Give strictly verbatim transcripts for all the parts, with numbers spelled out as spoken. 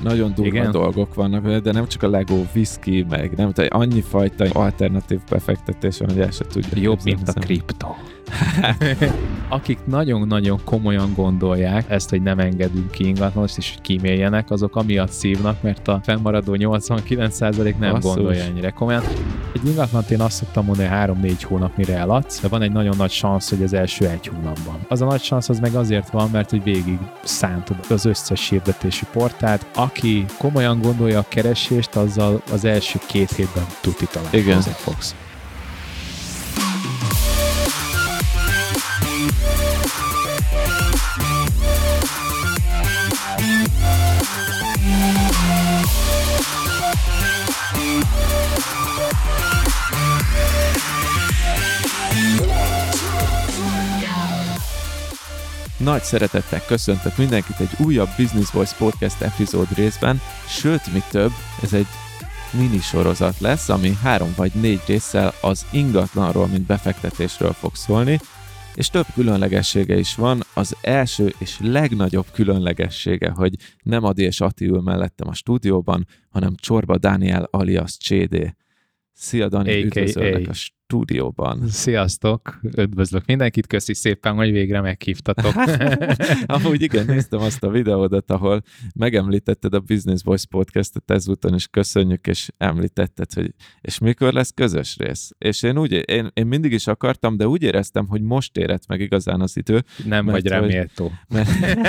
nagyon durva Igen? dolgok vannak, de nem csak a Lego, whisky, meg nem tudom, annyi fajta alternatív befektetés van, hogy el se tudja. Jobb, mint a kripto. Akik nagyon-nagyon komolyan gondolják ezt, hogy nem engedünk ki ingatlanost, és hogy kíméljenek, azok amiatt szívnak, mert a fennmaradó nyolcvankilenc százalék nem Basszus. gondolja ennyire komolyan. Egy ingatlant én azt szoktam mondani, hogy három-négy hónap mire eladsz, de van egy nagyon nagy szansz, hogy az első egy hónapban. Az a nagy szansz az meg azért van, mert hogy végig szántod az összes hirdetési portált. Aki komolyan gondolja a keresést, azzal az első két hétben tuti találkozni fogsz. Nagy szeretettel köszöntök mindenkit egy újabb Business Voice Podcast epizód részben, sőt, mi több, ez egy mini sorozat lesz, ami három vagy négy résszel az ingatlanról, mint befektetésről fog szólni, és több különlegessége is van. Az első és legnagyobb különlegessége, hogy nem Adi és Ati ül mellettem a stúdióban, hanem Csorba Dániel alias Csédé. Szia Dani, á ká á üdvözöllek a stúdióban. Sziasztok, üdvözlök mindenkit, köszi szépen, hogy végre meghívtatok. Amúgy igen, néztem azt a videódat, ahol megemlítetted a Business Voice Podcastet, ezúton is köszönjük, és említetted, hogy és mikor lesz közös rész. És én úgy, én, én mindig is akartam, de úgy éreztem, hogy most érett meg igazán az idő. Nem vagy rá méltó. Mert,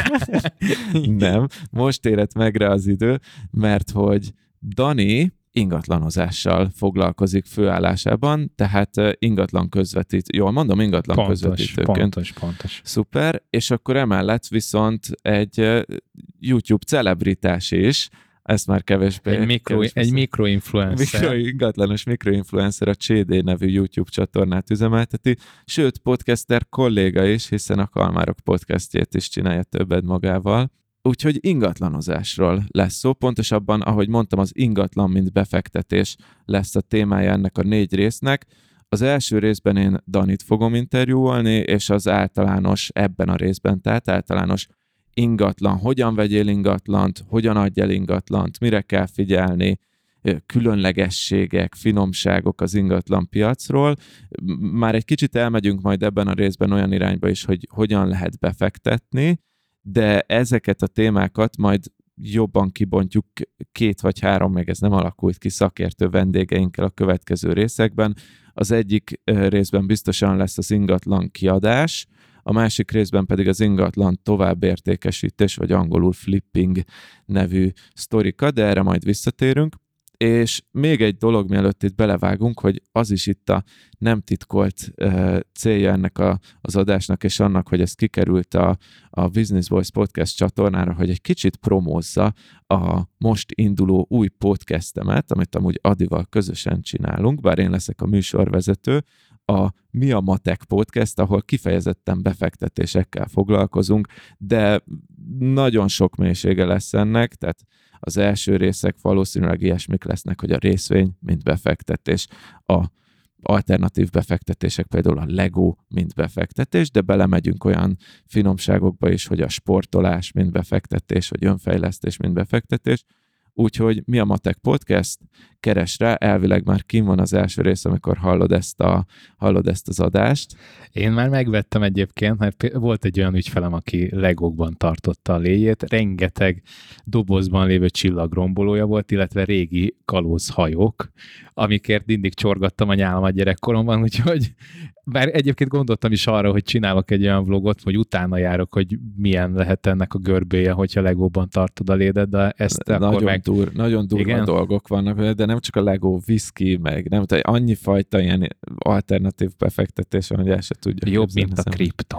nem, most érett meg rá az idő, mert hogy Dani ingatlanozással foglalkozik főállásában, tehát ingatlan közvetít. Jól mondom, ingatlan pontos, közvetítőként. Pontos, pontos. Szuper, és akkor emellett viszont egy YouTube celebritás is, ezt már kevésbé... Egy, mikro, kevésbé egy mikroinfluencer. Mikro, ingatlanos mikroinfluencer, a Csédé nevű YouTube csatornát üzemelteti, sőt, podcaster kolléga is, hiszen a Kalmárok podcastjét is csinálja többet magával. Úgyhogy ingatlanozásról lesz szó, pontosabban, ahogy mondtam, az ingatlan, mint befektetés lesz a témája ennek a négy résznek. Az első részben én Danit fogom interjúolni, és az általános ebben a részben, tehát általános ingatlan, hogyan vegyél ingatlant, hogyan adj el ingatlant, mire kell figyelni, különlegességek, finomságok az ingatlan piacról. Már egy kicsit elmegyünk majd ebben a részben olyan irányba is, hogy hogyan lehet befektetni, de ezeket a témákat majd jobban kibontjuk két vagy három, még ez nem alakult ki, szakértő vendégeinkkel a következő részekben. Az egyik részben biztosan lesz az ingatlan kiadás, a másik részben pedig az ingatlan továbbértékesítés, vagy angolul flipping nevű sztorika, de erre majd visszatérünk. És még egy dolog, mielőtt itt belevágunk, hogy az is itt a nem titkolt uh, célja ennek a, az adásnak, és annak, hogy ez kikerült a, a Business Voice Podcast csatornára, hogy egy kicsit promózza a most induló új podcastemet, amit amúgy Adival közösen csinálunk, bár én leszek a műsorvezető, a Mi a Matek Podcast, ahol kifejezetten befektetésekkel foglalkozunk, de nagyon sok mélysége lesz ennek, tehát az első részek valószínűleg ilyesmik lesznek, hogy a részvény, mint befektetés, a alternatív befektetések, például a Lego, mint befektetés, de belemegyünk olyan finomságokba is, hogy a sportolás, mint befektetés, vagy önfejlesztés, mint befektetés. Úgyhogy Mi a Matek Podcast, keres rá, elvileg már kim van az első rész, amikor hallod ezt, a, hallod ezt az adást. Én már megvettem egyébként, mert volt egy olyan ügyfelem, aki Legókban tartotta a léjét, rengeteg dobozban lévő csillagrombolója volt, illetve régi kalózhajók, amikért mindig csorgattam a nyálamat gyerekkoromban, úgyhogy bár egyébként gondoltam is arra, hogy csinálok egy olyan vlogot, hogy utána járok, hogy milyen lehet ennek a görbéje, hogyha Legóban tartod a lédet, de ezt de akkor nagyon meg... Dur, nagyon durva Igen? dolgok vannak, de nem csak a Lego, whisky, meg nem tudom, annyi fajta ilyen alternatív befektetés van, hogy el se tudja. Jobb, mint a kripto.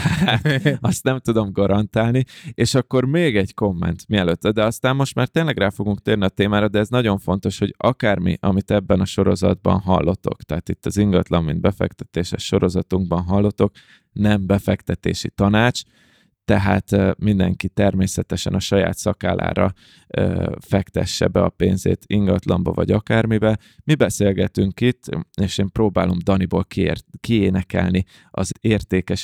Azt nem tudom garantálni. És akkor még egy komment mielőtt, de aztán most már tényleg rá fogunk térni a témára, de ez nagyon fontos, hogy akármi, amit ebben a sorozatban hallotok, tehát itt az ingatlan, mint befektetéses sorozatunkban hallotok, nem befektetési tanács, tehát mindenki természetesen a saját szakállára ö, fektesse be a pénzét ingatlanba vagy akármibe. Mi beszélgetünk itt, és én próbálom Daniból kiért, kiénekelni az értékes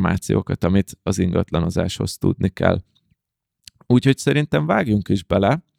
információkat, amit az ingatlanozáshoz tudni kell. Úgyhogy szerintem vágjunk is bele.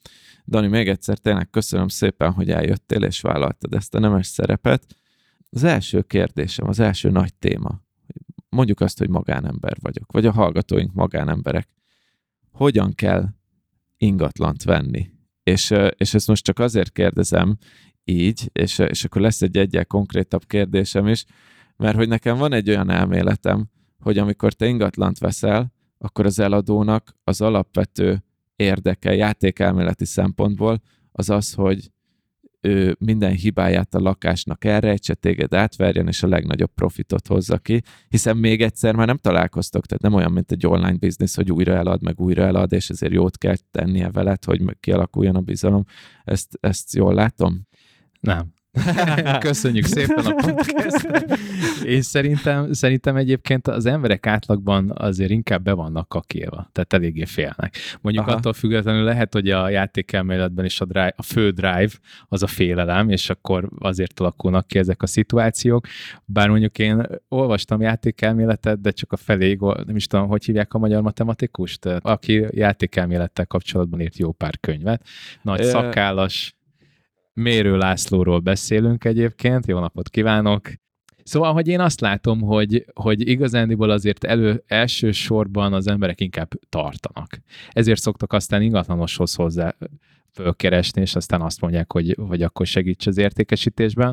Dani, még egyszer tényleg köszönöm szépen, hogy eljöttél és vállaltad ezt a nemes szerepet. Az első kérdésem, az első nagy téma, mondjuk azt, hogy magánember vagyok, vagy a hallgatóink magánemberek. Hogyan kell ingatlant venni? És, és ezt most csak azért kérdezem így, és, és akkor lesz egy egyel konkrétabb kérdésem is, mert hogy nekem van egy olyan elméletem, hogy amikor te ingatlant veszel, akkor az eladónak az alapvető érdeke játékelméleti szempontból az az, hogy ő minden hibáját a lakásnak elrejtse, téged átverjen, és a legnagyobb profitot hozza ki, hiszen még egyszer már nem találkoztok, tehát nem olyan, mint egy online biznisz, hogy újra elad, meg újra elad, és ezért jót kell tennie veled, hogy kialakuljon a bizalom. Ezt, ezt jól látom? Nem. Köszönjük szépen a podcastet. És szerintem, szerintem egyébként az emberek átlagban azért inkább be vannak kakélva, tehát eléggé félnek. Mondjuk Aha. attól függetlenül lehet, hogy a játékelméletben is a, drive, a fő drive az a félelem, és akkor azért alakulnak ki ezek a szituációk. Bár mondjuk én olvastam játékelméletet, de csak a felé, nem is tudom, hogy hívják a magyar matematikust, aki játékelmélettel kapcsolatban írt jó pár könyvet. Nagy szakállas Mérő Lászlóról beszélünk egyébként, jó napot kívánok! Szóval, hogy én azt látom, hogy, hogy igazándiból azért elő, elsősorban az emberek inkább tartanak. Ezért szoktak aztán ingatlanoshoz hozzá fölkeresni, és aztán azt mondják, hogy, hogy akkor segíts az értékesítésben.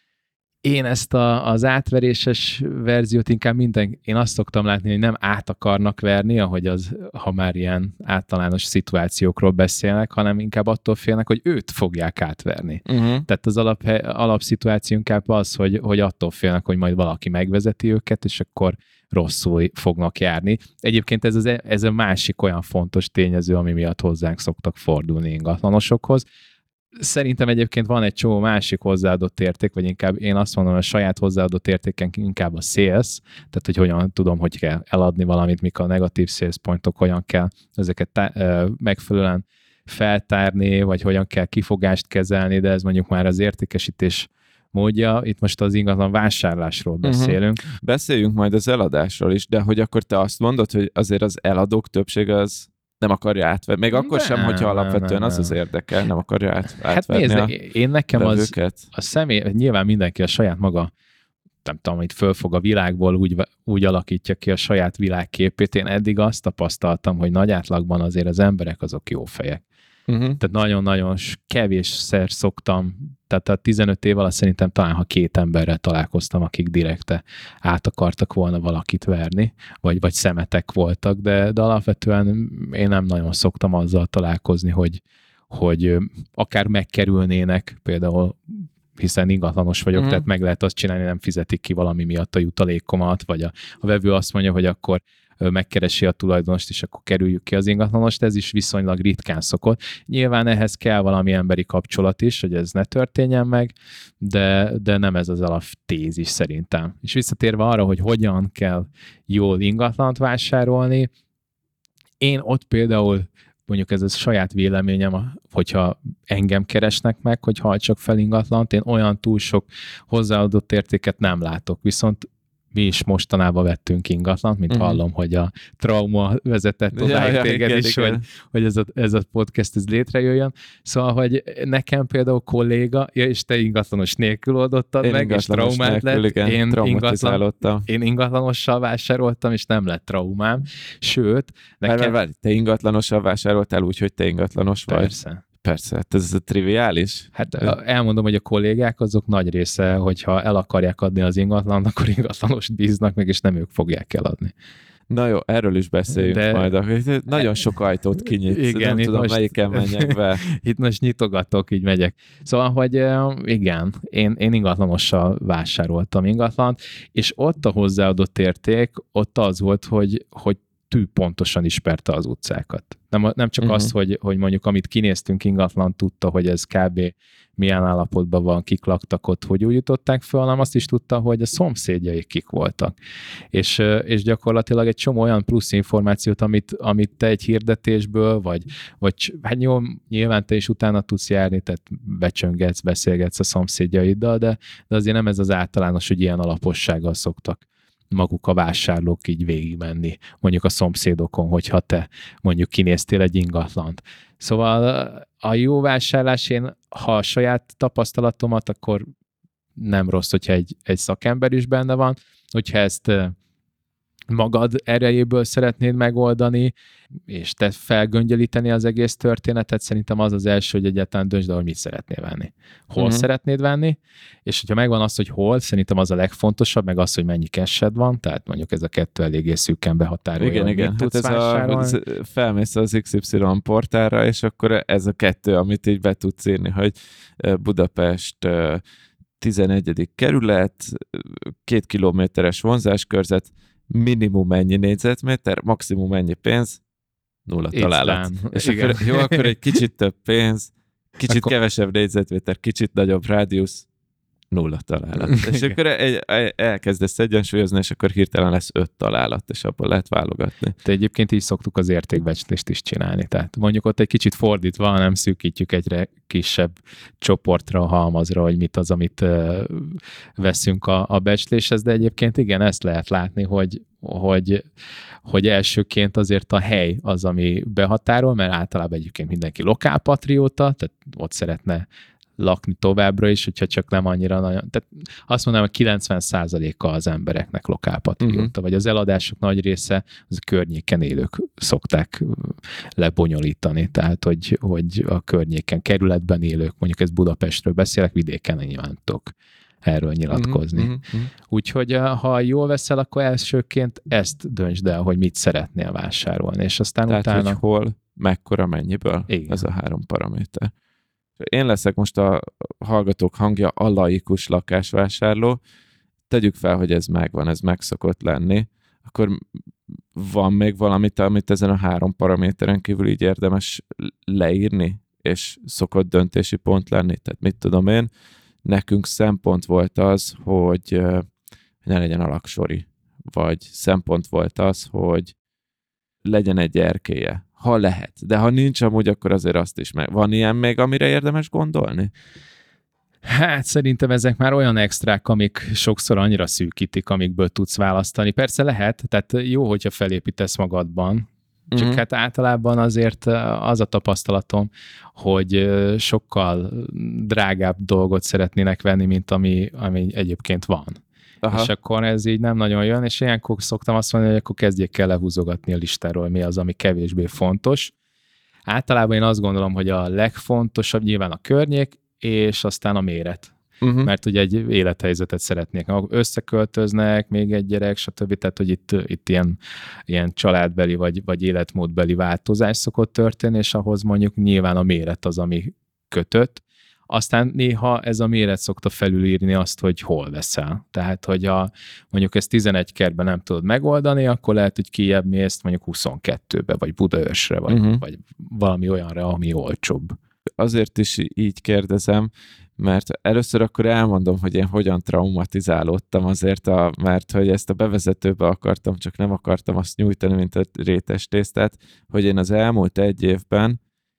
Én ezt a, az átveréses verziót inkább minden, én azt szoktam látni, hogy nem át akarnak verni, ahogy az, ha már ilyen általános szituációkról beszélnek, hanem inkább attól félnek, hogy őt fogják átverni. Uh-huh. Tehát az alap, alapszituáció inkább az, hogy, hogy attól félnek, hogy majd valaki megvezeti őket, és akkor rosszul fognak járni. Egyébként ez, az, ez a másik olyan fontos tényező, ami miatt hozzánk szoktak fordulni ingatlanosokhoz. Szerintem egyébként van egy csomó másik hozzáadott érték, vagy inkább én azt mondom, hogy a saját hozzáadott értéken inkább a sales, tehát hogy hogyan tudom, hogy kell eladni valamit, mik a negatív sales pointok, hogyan kell ezeket tá- megfelelően feltárni, vagy hogyan kell kifogást kezelni, de ez mondjuk már az értékesítés módja. Itt most az ingatlan vásárlásról beszélünk. Uh-huh. Beszéljünk majd az eladásról is, de hogy akkor te azt mondod, hogy azért az eladók többsége az nem akarja átvenni. Még akkor nem, sem, hogyha alapvetően nem, nem. az az érdekel, nem akarja át, hát átvenni nézd, a én nekem vevőket. az a személy, nyilván mindenki a saját maga, nem tudom, hogy fölfog a világból, úgy, úgy alakítja ki a saját világképét. Én eddig azt tapasztaltam, hogy nagy átlagban azért az emberek azok jó fejek. Uh-huh. Tehát nagyon-nagyon kevésszer szoktam, tehát a tizenöt év alatt szerintem talán, ha két emberrel találkoztam, akik direkte át akartak volna valakit verni, vagy, vagy szemetek voltak, de, de alapvetően én nem nagyon szoktam azzal találkozni, hogy, hogy akár megkerülnének, például hiszen ingatlanos vagyok, uh-huh. tehát meg lehet azt csinálni, nem fizetik ki valami miatt a jutalékomat, vagy a, a vevő azt mondja, hogy akkor megkeresi a tulajdonost, és akkor kerüljük ki az ingatlanost, ez is viszonylag ritkán szokott. Nyilván ehhez kell valami emberi kapcsolat is, hogy ez ne történjen meg, de, de nem ez az alaptézis szerintem. És visszatérve arra, hogy hogyan kell jól ingatlant vásárolni, én ott például mondjuk ez a saját véleményem, hogyha engem keresnek meg, hogy hajtsak fel ingatlant, én olyan túl sok hozzáadott értéket nem látok, viszont mi is mostanában vettünk ingatlant, mint uh-huh. hallom, hogy a trauma vezetett odáig ja, téged ja, is, igen, hogy, hogy ez, a, ez a podcast ez létrejöjjön. Szóval, hogy nekem például kolléga, ja, és te ingatlanos nélkül oldottad én meg, és traumát nélkül, lett. Igen, én, ingatlan, én ingatlanossal vásároltam, és nem lett traumám. Sőt, nekem... Várj, várj, te ingatlanossal vásároltál úgy, hogy te ingatlanos vagy? Persze. Persze, hát ez triviális. Hát elmondom, hogy a kollégák azok nagy része, hogyha el akarják adni az ingatlan, akkor ingatlanost bíznak meg, és nem ők fogják eladni. Na jó, erről is beszéljünk De... majd. Nagyon sok ajtót kinyitsz, igen, nem tudom, most... melyiken menjek be. Itt most nyitogatok, így megyek. Szóval, hogy igen, én, én ingatlanossal vásároltam ingatlant, és ott a hozzáadott érték, ott az volt, hogy, hogy tű pontosan ismerte az utcákat. Nem, nem csak uh-huh. azt, hogy, hogy mondjuk amit kinéztünk ingatlan, tudta, hogy ez kb. Milyen állapotban van, kik laktak ott, hogy úgy jutották fel, hanem azt is tudta, hogy a szomszédjaik kik voltak. És, és gyakorlatilag egy csomó olyan plusz információt, amit, amit te egy hirdetésből, vagy, vagy hát jó, nyilván te is utána tudsz járni, tehát becsöngetsz, beszélgetsz a szomszédjaiddal, de, de azért nem ez az általános, hogy ilyen alapossággal szoktak maguk a vásárlók így végigmenni, mondjuk a szomszédokon, hogyha te mondjuk kinéztél egy ingatlant. Szóval a jó vásárlás, én, ha a saját tapasztalatomat, akkor nem rossz, hogyha egy, egy szakember is benne van, hogyha ezt magad erejéből szeretnéd megoldani, és te felgöngyölíteni az egész történetet, szerintem az az első, hogy egyáltalán döntsd el, hogy mit szeretnél venni. Hol uh-huh. szeretnéd venni, és hogyha megvan az, hogy hol, szerintem az a legfontosabb, meg az, hogy mennyi cashed van, tehát mondjuk ez a kettő eléggé szűken behatárolja, igen, igen. Hát tudsz ez vásárolni. A, felmész az iksz ipszilon portálra, és akkor ez a kettő, amit így be tudsz írni, hogy Budapest tizenegyedik kerület, két kilométeres vonzáskörzet, minimum ennyi négyzetméter, maximum ennyi pénz, nulla találat. És igen. akkor, jó, akkor egy kicsit több pénz, kicsit akkor... kevesebb négyzetméter, kicsit nagyobb rádiusz, nulla találat. És akkor egy, elkezdesz egyensúlyozni, és akkor hirtelen lesz öt találat, és abból lehet válogatni. De egyébként így szoktuk az értékbecslést is csinálni. Tehát mondjuk ott egy kicsit fordítva, nem szűkítjük egyre kisebb csoportra, halmazra, hogy mit az, amit uh, veszünk a, a becsléshez, de egyébként igen, ezt lehet látni, hogy, hogy, hogy elsőként azért a hely az, ami behatárol, mert általában egyébként mindenki lokálpatrióta, tehát ott szeretne lakni továbbra is, hogyha csak nem annyira nagyon... Tehát azt mondanám, hogy kilencven százaléka az embereknek lokálpatrióta, uh-huh. vagy az eladások nagy része az a környéken élők szokták lebonyolítani, tehát hogy, hogy a környéken, kerületben élők, mondjuk ez Budapestről beszélek, vidéken nyilván tudok erről nyilatkozni. Uh-huh. Uh-huh. Úgyhogy ha jól veszel, akkor elsőként ezt döntsd el, hogy mit szeretnél vásárolni, és aztán tehát, utána... hogy hol, mekkora, mennyiből? Igen. Ez a három paraméter. Én leszek most a hallgatók hangja, a laikus lakásvásárló. Tegyük fel, hogy ez megvan, ez meg szokott lenni. Akkor van még valamit, amit ezen a három paraméteren kívül így érdemes leírni, és szokott döntési pont lenni. Tehát mit tudom én, nekünk szempont volt az, hogy ne legyen alaksori, vagy szempont volt az, hogy legyen egy erkélye. Ha lehet. De ha nincs amúgy, akkor azért azt is meg. Van ilyen még, amire érdemes gondolni? Hát szerintem ezek már olyan extrák, amik sokszor annyira szűkítik, amikből tudsz választani. Persze lehet, tehát jó, hogyha felépítesz magadban, csak uh-huh. hát általában azért az a tapasztalatom, hogy sokkal drágább dolgot szeretnének venni, mint ami, ami egyébként van. Aha. És akkor ez így nem nagyon jön, és ilyenkor szoktam azt mondani, hogy akkor kezdjék el lehúzogatni a listáról, mi az, ami kevésbé fontos. Általában én azt gondolom, hogy a legfontosabb nyilván a környék, és aztán a méret. Uh-huh. Mert ugye egy élethelyzetet szeretnék. Összeköltöznek, még egy gyerek, stb. Tehát, hogy itt, itt ilyen, ilyen családbeli vagy, vagy életmódbeli változás szokott történni, és ahhoz mondjuk nyilván a méret az, ami kötött. Aztán néha ez a méret szokta felülírni azt, hogy hol veszel. Tehát, hogy a, mondjuk ezt tizenegy kertben nem tudod megoldani, akkor lehet, hogy kijebb mész mondjuk huszonkettőbe, vagy Budaörsre, vagy, uh-huh. vagy valami olyanra, ami olcsóbb. Azért is így kérdezem, mert először akkor elmondom, hogy én hogyan traumatizálódtam azért, a, mert hogy ezt a bevezetőbe akartam, csak nem akartam azt nyújtani, mint a rétes tésztát, hogy én az elmúlt egy évben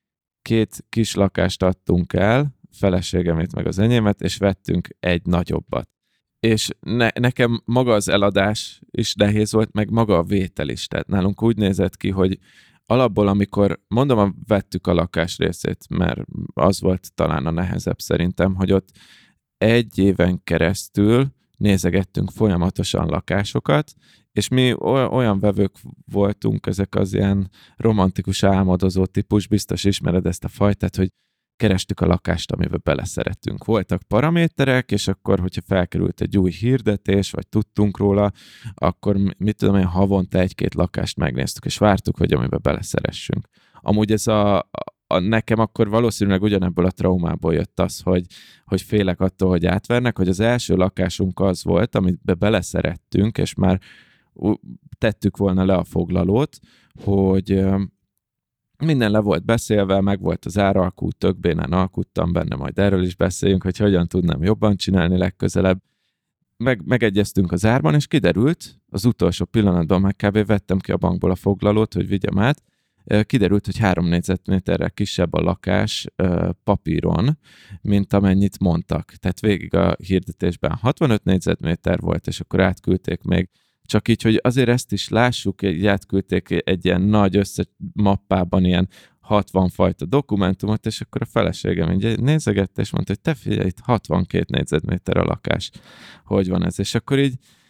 két kis lakást adtunk el, feleségemét meg az enyémet, és vettünk egy nagyobbat. És ne, nekem maga az eladás is nehéz volt, meg maga a vétel is. Tehát nálunk úgy nézett ki, hogy alapból, amikor mondom, vettük a lakás részét, mert az volt talán a nehezebb szerintem, hogy ott egy éven keresztül nézegettünk folyamatosan lakásokat, és mi olyan vevők voltunk, ezek az ilyen romantikus álmodozó típus, biztos ismered ezt a fajtát, hogy kerestük a lakást, amiben beleszerettünk. Voltak paraméterek, és akkor, hogyha felkerült egy új hirdetés, vagy tudtunk róla, akkor mit tudom én, havonta egy-két lakást megnéztük, és vártuk, hogy amiben beleszeressünk. Amúgy ez a, a nekem akkor valószínűleg ugyanebből a traumából jött az, hogy, hogy félek attól, hogy átvernek, hogy az első lakásunk az volt, amit beleszerettünk, és már tettük volna le a foglalót, hogy minden le volt beszélve, meg volt az áralkú, tök bénán alkuttam benne, majd erről is beszéljünk, hogy hogyan tudnám jobban csinálni legközelebb. Meg, megegyeztünk az árban, és kiderült, az utolsó pillanatban meg kb. Vettem ki a bankból a foglalót, hogy vigyem át, kiderült, hogy három négyzetméterrel kisebb a lakás papíron, mint amennyit mondtak. Tehát végig a hirdetésben hatvanöt négyzetméter volt, és akkor átküldték még. Csak így, hogy azért ezt is lássuk, így átküldték egy ilyen nagy összemappában ilyen hatvan fajta dokumentumot, és akkor a feleségem így nézegette, és mondta, hogy te figyelj, itt hatvankét négyzetméter a lakás. Hogy van ez? És akkor így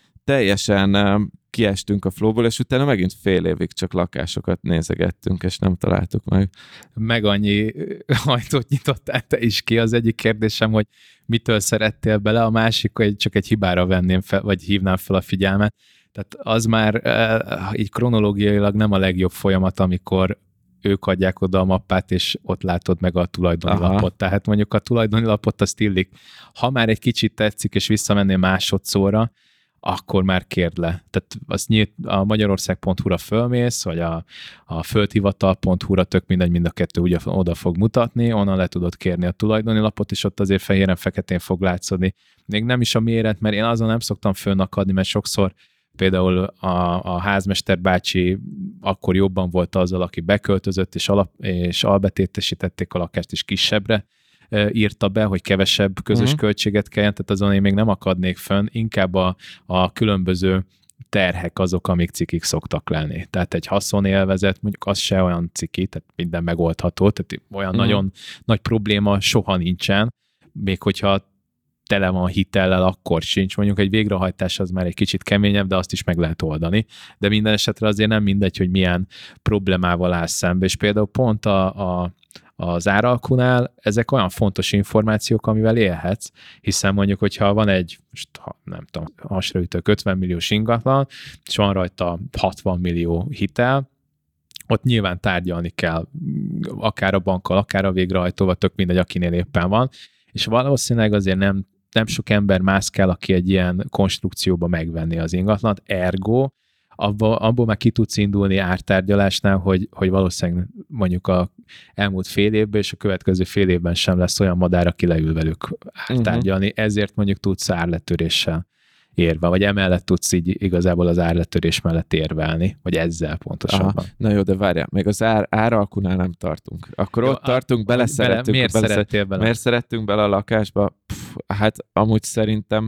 teljesen kiestünk a flowból, és utána megint fél évig csak lakásokat nézegettünk, és nem találtuk meg. Meg annyi ajtót nyitottál te is ki. Az egyik kérdésem, hogy mitől szerettél bele, a másik, hogy csak egy hibára venném fel, vagy hívnám fel a figyelmet. Tehát az már így kronológiailag nem a legjobb folyamat, amikor ők adják oda a mappát, és ott látod meg a tulajdoni Aha. lapot. Tehát mondjuk a tulajdoni lapot azt illik. Ha már egy kicsit tetszik, és visszamennél másodszorra, akkor már kérd le. Tehát azt nyílt a magyarország pont hu-ra fölmész, vagy a, a földhivatal pont hu-ra, tök mindegy, mind a kettő ugye oda fog mutatni, onnan le tudod kérni a tulajdoni lapot, és ott azért fehéren-feketén fog látszódni. Még nem is a méret, mert én azon nem szoktam fönnakadni, mert sokszor például a, a házmester bácsi akkor jobban volt azzal, aki beköltözött, és, alap, és albetétesítették a lakást is kisebbre, írta be, hogy kevesebb közös uh-huh. költséget kelljen, tehát azon én még nem akadnék fönn, inkább a, a különböző terhek azok, amik cikik szoktak lenni. Tehát egy haszonélvezet, mondjuk az se olyan ciki, tehát minden megoldható, tehát olyan uh-huh. nagyon nagy probléma soha nincsen, még hogyha tele van hitellel, akkor sincs. Mondjuk egy végrehajtás az már egy kicsit keményebb, de azt is meg lehet oldani. De minden esetre azért nem mindegy, hogy milyen problémával állsz szembe. És például pont a, a, az áralkunál ezek olyan fontos információk, amivel élhetsz, hiszen mondjuk, hogyha van egy, ha nem tudom, hasraütök ötven milliós ingatlan, és van rajta hatvan millió hitel, ott nyilván tárgyalni kell, akár a bankkal, akár a végrehajtóval, tök mindegy, akinél éppen van, és valószínűleg azért nem nem sok ember mászkál, aki egy ilyen konstrukcióba megvenni az ingatlant, ergo abba, abból már ki tudsz indulni ártárgyalásnál, hogy, hogy valószínűleg mondjuk a elmúlt fél évben és a következő fél évben sem lesz olyan madár, aki leül velük ártárgyalni, uh-huh. ezért mondjuk tudsz árletöréssel érve, vagy emellett tudsz így igazából az árletörés mellett érvelni, vagy ezzel pontosabban. Aha. Na jó, de várjál, még az ár, áralkunál nem tartunk. Akkor jó, ott tartunk, beleszerettünk. Bele, miért bele, szerettél bele? Miért szerettünk bele a lakásba? Pff, hát amúgy szerintem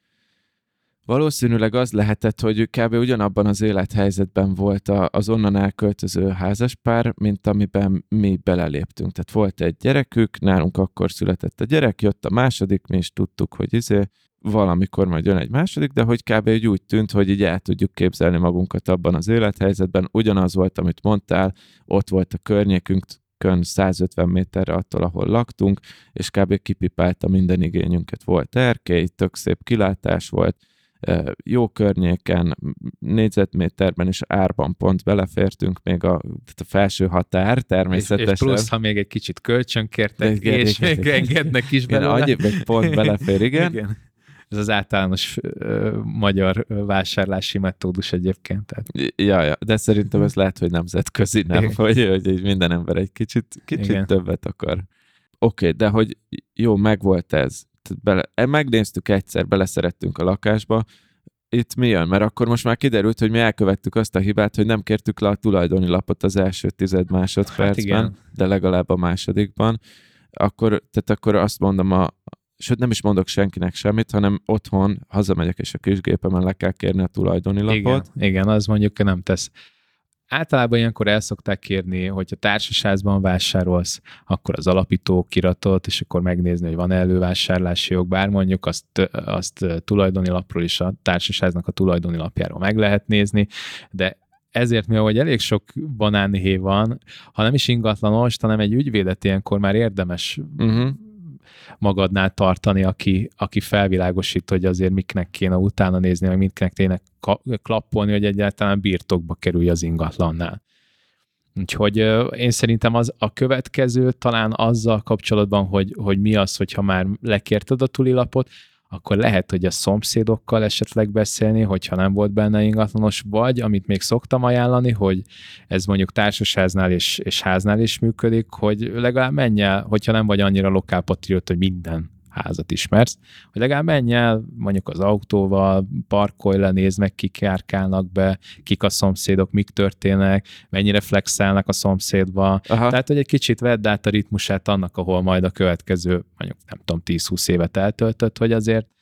valószínűleg az lehetett, hogy kb. Ugyanabban az élethelyzetben volt az onnan elköltöző házaspár, mint amiben mi beleléptünk. Tehát volt egy gyerekük, nálunk akkor született a gyerek, jött a második, mi is tudtuk, hogy izé, valamikor majd jön egy második, de hogy kb. Úgy tűnt, hogy így el tudjuk képzelni magunkat abban az élethelyzetben. Ugyanaz volt, amit mondtál, ott volt a környékünkön százötven méterre attól, ahol laktunk, és kb. Kipipálta minden igényünket. Volt erkély, tök szép kilátás volt, jó környéken, négyzetméterben és árban pont belefértünk, még a, a felső határ természetesen. És, és plusz, ha még egy kicsit kölcsönkértek, igen, és igen, még igen. engednek is belőle. Annyi, még pont belefér, igen. igen. Ez az általános uh, magyar vásárlási metódus egyébként. Tehát. Ja, ja, de szerintem ez lehet, hogy nemzetközi, nem? Hogy, hogy minden ember egy kicsit, kicsit többet akar. Oké, okay, de hogy jó, megvolt ez. Bele, megnéztük egyszer, beleszerettünk a lakásba, itt mi jön? Mert akkor most már kiderült, hogy mi elkövettük azt a hibát, hogy nem kértük le a tulajdoni lapot az első tized másodpercben, hát de legalább a másodikban. Akkor, tehát akkor azt mondom, a, sőt nem is mondok senkinek semmit, hanem otthon hazamegyek, és a kisgépemen le kell kérni a tulajdoni lapot. Igen, igen, az mondjuk nem tesz. Általában ilyenkor el szokták kérni, hogyha társasházban vásárolsz, akkor az alapító kiratot, és akkor megnézni, hogy van elővásárlási jog, bár mondjuk azt, azt tulajdoni lapról is a társasháznak a tulajdoni lapjáról meg lehet nézni, de ezért, mivel hogy elég sok banánhéj van, ha nem is ingatlanos, hanem egy ügyvédet ilyenkor már érdemes uh-huh. magadnál tartani, aki, aki felvilágosít, hogy azért miknek kéne utána nézni, vagy miknek kéne klappolni, hogy egyáltalán birtokba kerülj az ingatlannál. Úgyhogy én szerintem az a következő talán azzal kapcsolatban, hogy, hogy mi az, hogyha már lekérted a tulilapot, akkor lehet, hogy a szomszédokkal esetleg beszélni, hogyha nem volt benne ingatlanos, vagy amit még szoktam ajánlani, hogy ez mondjuk társasháznál és, és háznál is működik, hogy legalább menj el, hogyha nem vagy annyira lokálpatriót, hogy minden házat ismersz, hogy legalább menj el mondjuk az autóval, parkolj le, nézd meg, kik járkálnak be, kik a szomszédok, mik történnek, mennyire flexelnek a szomszédba. Aha. Tehát, hogy egy kicsit vedd át a ritmusát annak, ahol majd a következő, mondjuk nem tudom, tíz-húsz évet eltöltött, hogy azért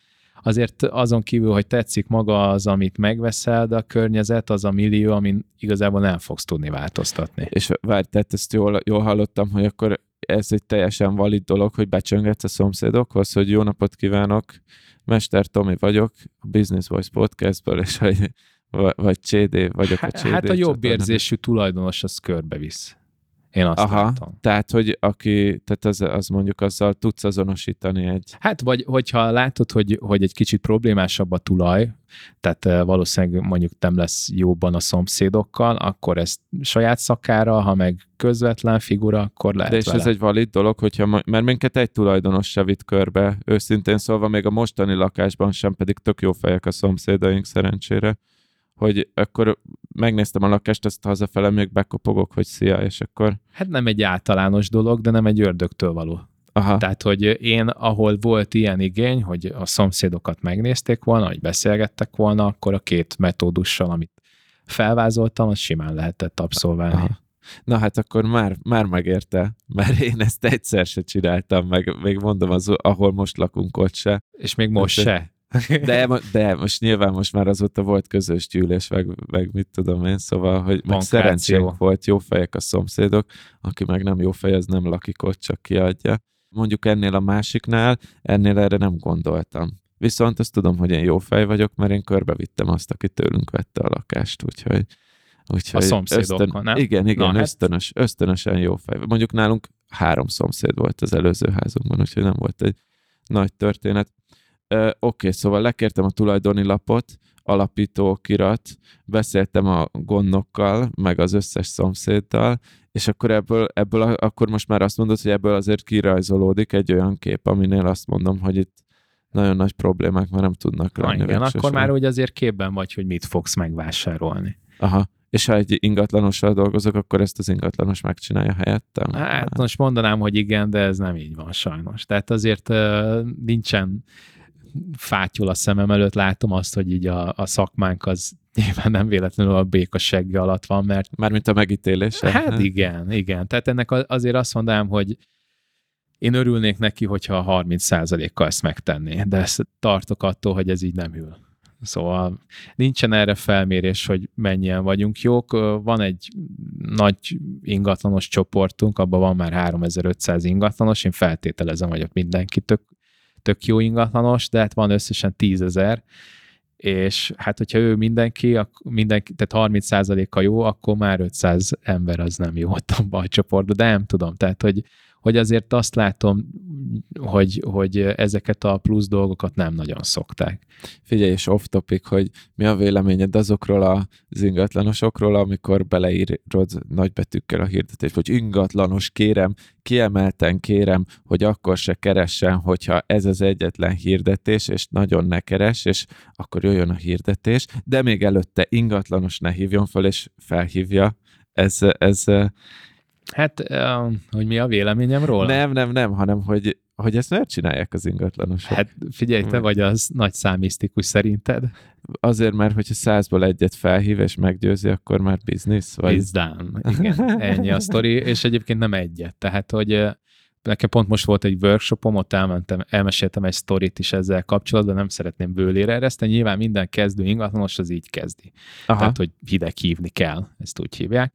azért azon kívül, hogy tetszik maga az, amit megveszel, de a környezet az a millió, amin igazából nem fogsz tudni változtatni. És várj, tehát ezt jól, jól hallottam, hogy akkor ez egy teljesen valid dolog, hogy becsöngetsz a szomszédokhoz, hogy jó napot kívánok, Mester Tomi vagyok, a Business Voice podcastből, és hogy, vagy cé dé, vagyok a cé dé. Hát a jobb csatornán. érzésű tulajdonos az körbevisz. Én azt Aha, látom. Tehát, hogy aki, tehát az, az mondjuk azzal tudsz azonosítani egy... Hát, vagy hogyha látod, hogy, hogy egy kicsit problémásabb a tulaj, tehát valószínűleg mondjuk nem lesz jóban a szomszédokkal, akkor ezt saját szakára, ha meg közvetlen figura, akkor lehet De és vele. ez egy valid dolog, hogyha, mert minket egy tulajdonos se vitt körbe, őszintén szólva még a mostani lakásban sem, pedig tök jó fejek a szomszédaink szerencsére, hogy akkor megnéztem a lakást, azt hazafele még bekopogok, hogy szia, és akkor... Hát nem egy általános dolog, de nem egy ördögtől való. Aha. Tehát, hogy én, ahol volt ilyen igény, hogy a szomszédokat megnézték volna, hogy beszélgettek volna, akkor a két metódussal, amit felvázoltam, az simán lehetett abszolválni. Aha. Na hát akkor már, már megérte, mert én ezt egyszer se csináltam, meg még mondom, az, ahol most lakunk, ott se. És még most se. De, de most nyilván most már azóta volt közös gyűlés, meg, meg mit tudom én, szóval, hogy meg szerencsénk volt, jó fejek a szomszédok, aki meg nem jó fej, az nem lakik ott, csak kiadja. Mondjuk ennél a másiknál, ennél erre nem gondoltam. Viszont azt tudom, hogy én jó fej vagyok, mert én körbevittem azt, aki tőlünk vette a lakást, úgyhogy... úgyhogy a szomszédokkal, ösztön, nem? Igen, igen, Na, ösztönös, hát... ösztönösen jó fej. Mondjuk nálunk három szomszéd volt az előző házunkban, úgyhogy nem volt egy nagy történet. Oké, okay, szóval lekértem a tulajdoni lapot, alapító okirat, beszéltem a gondnokkal, meg az összes szomszéddal, és akkor ebből, ebből akkor most már azt mondod, hogy ebből azért kirajzolódik egy olyan kép, aminél azt mondom, hogy itt nagyon nagy problémák már nem tudnak lenni. Na, igen, akkor már úgy azért képben vagy, hogy mit fogsz megvásárolni. Aha. És ha egy ingatlanossal dolgozok, akkor ezt az ingatlanos megcsinálja helyettem? Hát most mondanám, hogy igen, de ez nem így van sajnos. Tehát azért uh, nincsen fátyol a szemem előtt, látom azt, hogy így a, a szakmánk az nyilván nem véletlenül a béka segge alatt van, mert... Mármint a megítélése? Hát igen, igen. Tehát ennek azért azt mondanám, hogy én örülnék neki, hogyha harminc százalékkal ezt megtenné, de ezt tartok attól, hogy ez így nem ül. Szóval nincsen erre felmérés, hogy mennyien vagyunk jók. Van egy nagy ingatlanos csoportunk, abban van már háromezer-ötszáz ingatlanos, én feltételezem, hogy ott mindenki tök, tök jó ingatlanos, de hát van összesen tízezer, és hát hogyha ő mindenki, mindenki tehát harminc százaléka jó, akkor már ötszáz ember az nem jó ott abban a csoportban, de nem tudom, tehát hogy hogy azért azt látom, hogy, hogy ezeket a plusz dolgokat nem nagyon szokták. Figyelj, és off-topic, hogy mi a véleményed azokról az ingatlanosokról, amikor beleírod nagybetűkkel a hirdetést, hogy ingatlanos kérem, kiemelten kérem, hogy akkor se keressen, hogyha ez az egyetlen hirdetés, és nagyon ne keres, és akkor jöjjön a hirdetés, de még előtte ingatlanos ne hívjon fel, és felhívja. Ez... ez Hát, hogy mi a véleményem róla? Nem, nem, nem, hanem hogy, hogy ezt miért csinálják az ingatlanosok? Hát figyelj, te vagy az nagy számisztikus szerinted? Azért, mert hogyha százból egyet felhív és meggyőzi, akkor már biznisz? Vagy... Bizdán, igen, ennyi a sztori, és egyébként nem egyet. Tehát, hogy nekem pont most volt egy workshopom, ott elmentem, elmeséltem egy sztorit is ezzel kapcsolatban, nem szeretném bőlére ereszteni, nyilván minden kezdő ingatlanos az így kezdi. Aha. Tehát, hogy hideg hívni kell, ezt úgy hívják.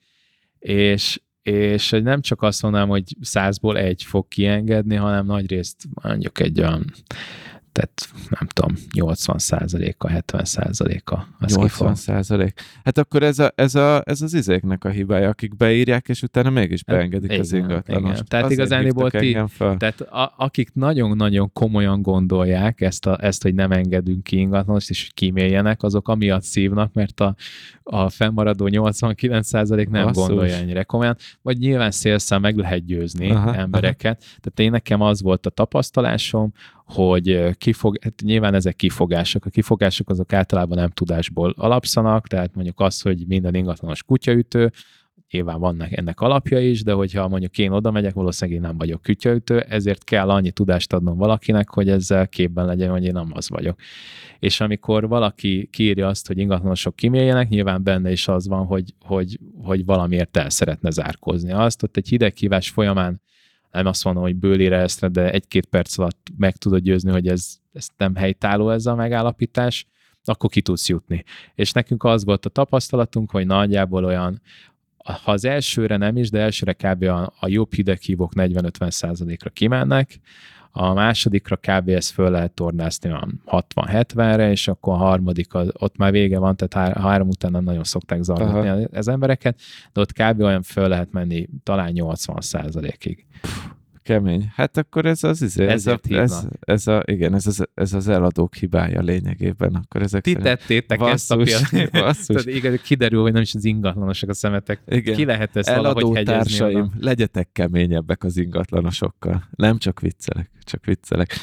És és nem csak azt mondanám, hogy százból egy fog kiengedni, hanem nagyrészt mondjuk egy olyan, tehát nem tudom, nyolcvan százaléka, hetven százaléka. nyolcvan százalék. Hát akkor ez, a, ez, a, ez az izéknek a hibája, akik beírják, és utána mégis beengedik igen, az ingatlanost. Tehát igazániból ti, tehát a, akik nagyon-nagyon komolyan gondolják ezt, a, ezt, hogy nem engedünk ki ingatlanost, és hogy kíméljenek, azok amiatt szívnak, mert a, a fennmaradó nyolcvankilenc százalék nem Basszus. gondolja ennyire komolyan, vagy nyilván szélszál meg lehet győzni aha, embereket. Aha. Tehát én nekem az volt a tapasztalásom, hogy kifog, hát nyilván ezek kifogások. A kifogások azok általában nem tudásból alapszanak, tehát mondjuk az, hogy minden ingatlanos kutyaütő, nyilván vannak ennek alapja is, de hogyha mondjuk én oda megyek, valószínűleg én nem vagyok kutyaütő, ezért kell annyi tudást adnom valakinek, hogy ezzel képben legyen, hogy én nem az vagyok. És amikor valaki kiírja azt, hogy ingatlanosok kiméljenek, nyilván benne is az van, hogy, hogy, hogy valamiért el szeretne zárkózni azt. Ott egy hideghívás folyamán nem azt mondom, hogy bőlére eszre, de egy-két perc alatt meg tudod győzni, hogy ez, ez nem helytálló ez a megállapítás, akkor ki tudsz jutni. És nekünk az volt a tapasztalatunk, hogy nagyjából olyan, ha az elsőre nem is, de elsőre kb. a, a jobb hideghívók negyven-ötven százalékra kimennek, a másodikra kb. Ezt föl lehet tornászni olyan hatvan-hetvenre, és akkor a harmadik, az, ott már vége van, tehát há- három után nem nagyon szokták zargatni Aha. az embereket, de ott kb. Olyan föl lehet menni talán nyolcvan százalékig. Kemény. Hát akkor ez az izé, ez a, ez, ez a, igen, ez az, ez az eladók hibája lényegében. Akkor ezek Ti tettétek basszus, ezt a basszus. Tehát igen, kiderül, hogy nem is az ingatlanosok a szemetek. Igen. Ki lehet ezt eladó valahogy hegyezni? Társaim, oda? legyetek keményebbek az ingatlanosokkal. Nem csak viccelek, csak viccelek.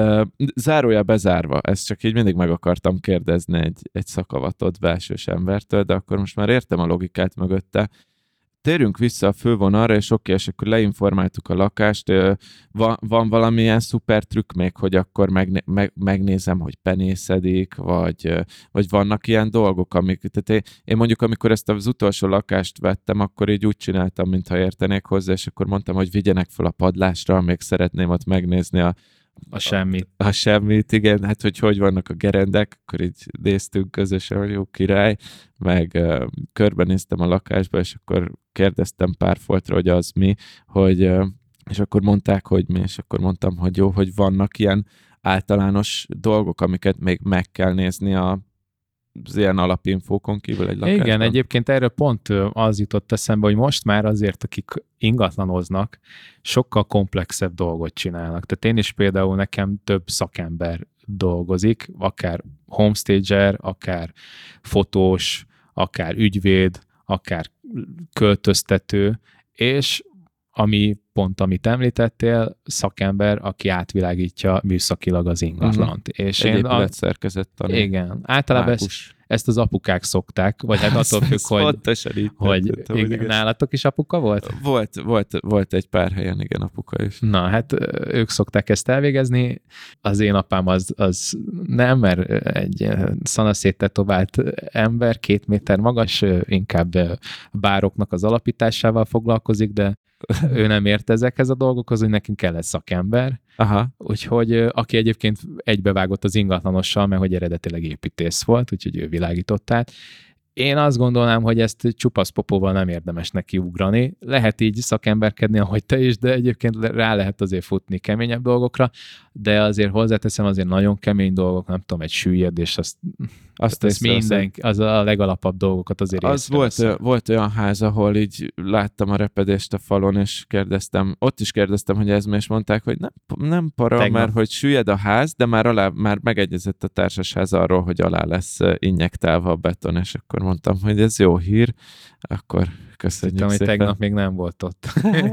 Zárójel bezárva, ezt csak így mindig meg akartam kérdezni egy, egy szakavatott belsős embertől, de akkor most már értem a logikát mögötte. Térjünk vissza a fővonalra, és oké, és akkor leinformáltuk a lakást. Van, van valamilyen szuper trükk még, hogy akkor megné, meg, megnézem, hogy penészedik, vagy, vagy vannak ilyen dolgok, amik... Tehát én, én mondjuk, amikor ezt az utolsó lakást vettem, akkor így úgy csináltam, mintha értenék hozzá, és akkor mondtam, hogy vigyenek fel a padlásra, még szeretném ott megnézni a A semmit. A, a semmit, igen, hát hogy hogy vannak a gerendek, akkor így néztünk közösen, hogy jó király, meg uh, körbenéztem a lakásba, és akkor kérdeztem pár foltra, hogy az mi, hogy, uh, és akkor mondták, hogy mi, és akkor mondtam, hogy jó, hogy vannak ilyen általános dolgok, amiket még meg kell nézni a az ilyen alapinfókon kívül egy lakásban. Igen, egyébként erről pont az jutott eszembe, hogy most már azért, akik ingatlanoznak, sokkal komplexebb dolgot csinálnak. Tehát én is például nekem több szakember dolgozik, akár homestager, akár fotós, akár ügyvéd, akár költöztető, és ami pont, amit említettél, szakember, aki átvilágítja műszakilag az ingatlant. Uh-huh. És egy én épületszerkezettani. Igen. Általában ezt, ezt az apukák szokták, vagy hát attól függ, hogy, hogy tettem, igen, igen. Nálatok is apuka volt? Volt, volt? Volt egy pár helyen, igen, apuka is. Na, hát ők szokták ezt elvégezni. Az én apám az, az nem, mert egy szanaszét tetovált ember, két méter magas, inkább bároknak az alapításával foglalkozik, de ő nem ért ezekhez a dolgokhoz, hogy nekünk kell egy szakember. Aha. Úgyhogy aki egyébként egybevágott az ingatlanossal, mert hogy eredetileg építész volt, úgyhogy ő világított át. Én azt gondolnám, hogy ezt csupasz popóval nem érdemes neki ugrani. Lehet így szakemberkedni, ahogy te is, de egyébként rá lehet azért futni keményebb dolgokra, de azért hozzáteszem, azért nagyon kemény dolgok, nem tudom, egy süllyedés, azt, azt az minden, az a legalapabb dolgokat azért az volt, volt olyan ház, ahol így láttam a repedést a falon, és kérdeztem, ott is kérdeztem, hogy ez mi, és mondták, hogy nem, nem para, Tegnap. Mert hogy süllyed a ház, de már, alá, már megegyezett a társasház arról, hogy alá lesz injektálva a beton, és akkor mondtam, hogy ez jó hír, akkor köszönjük Tudom, szépen. hogy tegnap még nem volt ott.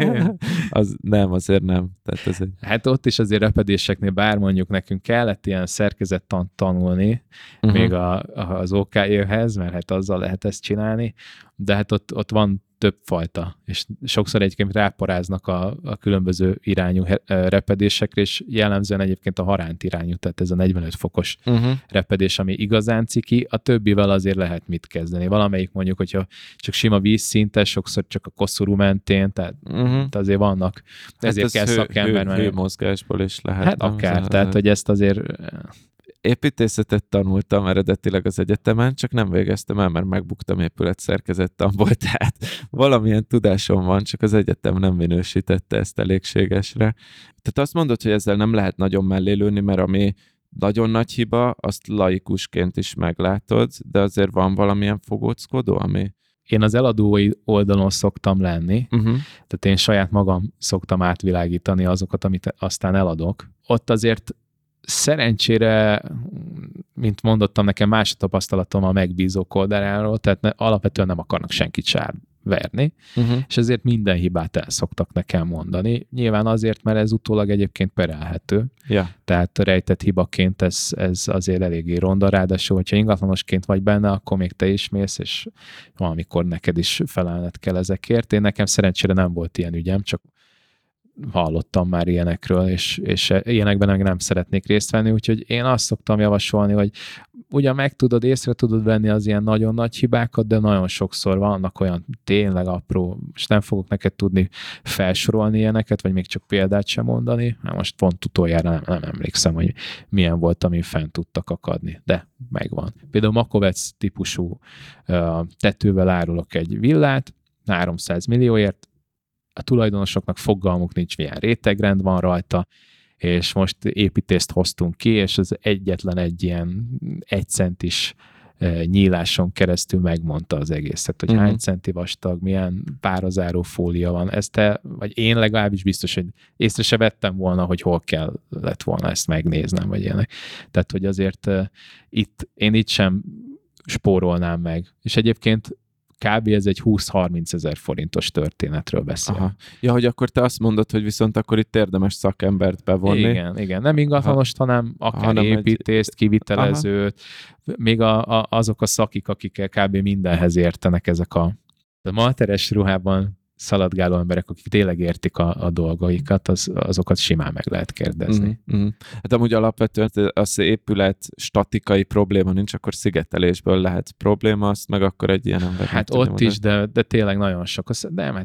az, nem, azért nem. Tehát ez egy... Hát ott is azért repedéseknél, bár mondjuk nekünk kellett ilyen szerkezettant tanulni, uh-huh. még a, a, az ó ká é-hez, mert hát azzal lehet ezt csinálni, de hát ott, ott van több fajta, és sokszor egyébként ráparáznak a, a különböző irányú repedésekre, és jellemzően egyébként a haránt irányú, tehát ez a negyvenöt fokos uh-huh. repedés, ami igazán ciki, a többivel azért lehet mit kezdeni. Valamelyik mondjuk, hogyha csak sima vízszintes, sokszor csak a koszorú mentén, tehát uh-huh. azért vannak, hát ezért ez kell hő, szakember. Hő, hőmozgásból is lehet. Hát nem? akár, az tehát az... hogy ezt azért... Építészetet tanultam eredetileg az egyetemen, csak nem végeztem el, mert megbuktam épületszerkezettanból, tehát valamilyen tudásom van, csak az egyetem nem minősítette ezt elégségesre. Tehát azt mondod, hogy ezzel nem lehet nagyon mellé lőni, mert ami nagyon nagy hiba, azt laikusként is meglátod, de azért van valamilyen fogóckodó, ami... Én az eladói oldalon szoktam lenni, uh-huh. tehát én saját magam szoktam átvilágítani azokat, amit aztán eladok. Ott azért szerencsére, mint mondottam, nekem más tapasztalatom a megbízók oldaláról, tehát ne, alapvetően nem akarnak senkit sár verni, uh-huh. és ezért minden hibát el szoktak nekem mondani. Nyilván azért, mert ez utólag egyébként perelhető, yeah. tehát rejtett hibaként ez, ez azért eléggé ronda, ráadásul, hogyha ingatlanosként vagy benne, akkor még te is mész, és valamikor neked is felelned kell ezekért. Én nekem szerencsére nem volt ilyen ügyem, csak hallottam már ilyenekről, és, és ilyenekben meg nem szeretnék részt venni, úgyhogy én azt szoktam javasolni, hogy ugyan meg tudod, észre tudod venni az ilyen nagyon nagy hibákat, de nagyon sokszor vannak olyan tényleg apró, és nem fogok neked tudni felsorolni ilyeneket, vagy még csak példát sem mondani, mert most pont utoljára nem, nem emlékszem, hogy milyen volt, ami fent tudtak akadni, de megvan. Például Makovec típusú uh, tetővel árulok egy villát, háromszáz millióért, a tulajdonosoknak fogalmuk nincs, milyen rétegrend van rajta, és most építést hoztunk ki, és az egyetlen egy ilyen egy centis nyíláson keresztül megmondta az egészet, hogy uh-huh. hány centi vastag, milyen párazáró fólia van. Ezt te, vagy én legalábbis biztos, hogy észre se vettem volna, hogy hol kellett volna ezt megnéznem, vagy ilyenek. Tehát, hogy azért uh, itt, én itt sem spórolnám meg. És egyébként kb. Ez egy húsz-harminc ezer forintos történetről beszél. Aha. Ja, hogy akkor te azt mondod, hogy viszont akkor itt érdemes szakembert bevonni. Igen, igen. Nem ingatlanost, hanem akár hanem építést, egy... kivitelezőt, aha. még a, a, azok a szakik, akikkel kb. Mindenhez értenek ezek a, a malteres ruhában szaladgáló emberek, akik tényleg értik a, a dolgaikat, az, azokat simán meg lehet kérdezni. Mm-hmm. Hát amúgy alapvetően az épület statikai probléma nincs, akkor szigetelésből lehet probléma, azt meg akkor egy ilyen ember. Hát ott mondani. Is, de, de tényleg nagyon sok. De mert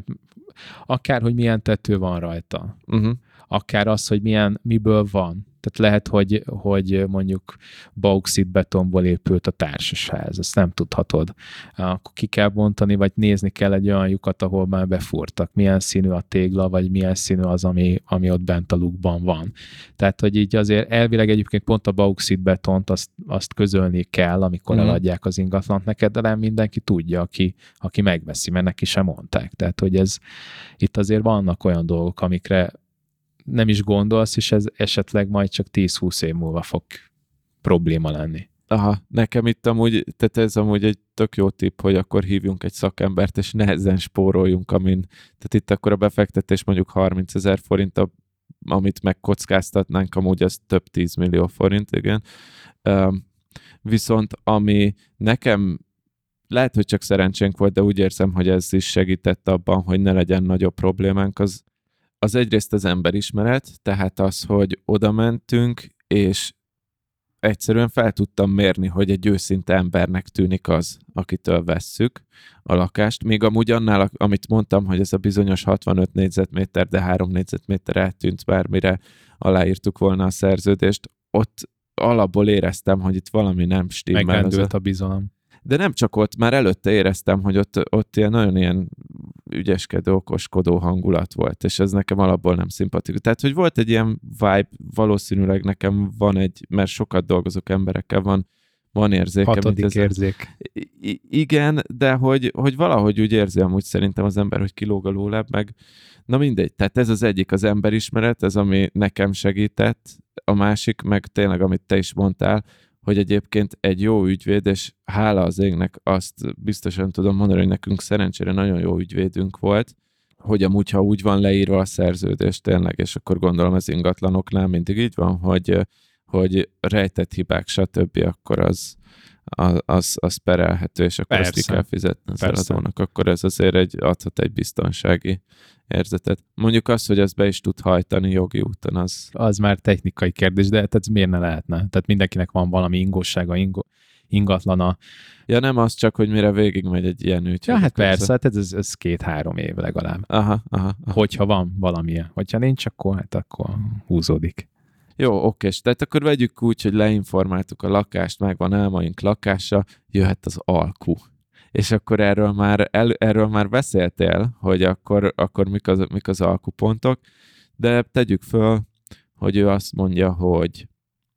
akár, hogy milyen tető van rajta. Uh-huh. Akár az, hogy milyen, miből van. Tehát lehet, hogy, hogy mondjuk bauxit betonból épült a társasház, ezt nem tudhatod. Akkor ki kell bontani, vagy nézni kell egy olyan lyukat, ahol már befúrtak. Milyen színű a tégla, vagy milyen színű az, ami, ami ott bent a lukban van. Tehát, hogy így azért elvileg egyébként pont a bauxit betont azt, azt közölni kell, amikor mm. eladják az ingatlant neked, de nem mindenki tudja, aki, aki megveszi, mert neki sem mondták. Tehát, hogy ez itt azért vannak olyan dolgok, amikre nem is gondolsz, és ez esetleg majd csak tíz-húsz év múlva fog probléma lenni. Aha, nekem itt amúgy, tehát ez amúgy egy tök jó tipp, hogy akkor hívjunk egy szakembert, és nehezen spóroljunk, amin, tehát itt akkor a befektetés mondjuk harminc ezer forint, amit megkockáztatnánk, amúgy az több tíz millió forint, igen. Um, viszont ami nekem lehet, hogy csak szerencsénk volt, de úgy érzem, hogy ez is segített abban, hogy ne legyen nagyobb problémánk, az az egyrészt az emberismeret, tehát az, hogy oda mentünk, és egyszerűen fel tudtam mérni, hogy egy őszinte embernek tűnik az, akitől vesszük a lakást. Még amúgy annál, amit mondtam, hogy ez a bizonyos hatvanöt négyzetméter, de három négyzetméter eltűnt bármire aláírtuk volna a szerződést, ott alapból éreztem, hogy itt valami nem stimmel. Megrendült a bizalom. De nem csak ott, már előtte éreztem, hogy ott, ott ilyen nagyon ilyen ügyeskedő, okoskodó hangulat volt, és ez nekem alapból nem szimpatikus. Tehát, hogy volt egy ilyen vibe, valószínűleg nekem van egy, mert sokat dolgozok emberekkel, van, van érzéke. Hatodik érzék. I- igen, de hogy, hogy valahogy úgy érzi amúgy szerintem az ember, hogy kilóg a lóleb, meg na mindegy. Tehát ez az egyik, az emberismeret, ez ami nekem segített, a másik, meg tényleg, amit te is mondtál, hogy egyébként egy jó ügyvéd, és hála az égnek azt biztosan tudom mondani, hogy nekünk szerencsére nagyon jó ügyvédünk volt, hogy amúgy, ha úgy van leírva a szerződés tényleg, és akkor gondolom ez ingatlanoknál mindig így van, hogy, hogy rejtett hibák, stb., akkor az, az, az, az perelhető, és akkor persze, ezt ki kell fizetni az eladónak, akkor ez azért egy, adhat egy biztonsági érzetet. Mondjuk az, hogy ezt be is tud hajtani jogi úton, az... Az már technikai kérdés, de tehát ez miért ne lehetne? Tehát mindenkinek van valami ingósága, ingo, ingatlana. Ja, nem az csak, hogy mire végigmegy egy ilyen ügy. Ja, hát persze, hát ez, ez két-három év legalább. Aha, aha, aha. Hogyha van valamilyen. Hogyha nincs, akkor, hát akkor húzódik. Jó, oké, tehát akkor vegyük úgy, hogy leinformáltuk a lakást, megvan álmaink lakása, jöhet az alku. És akkor erről már, el, erről már beszéltél, hogy akkor, akkor mik, az, mik az alkupontok, de tegyük föl, hogy ő azt mondja, hogy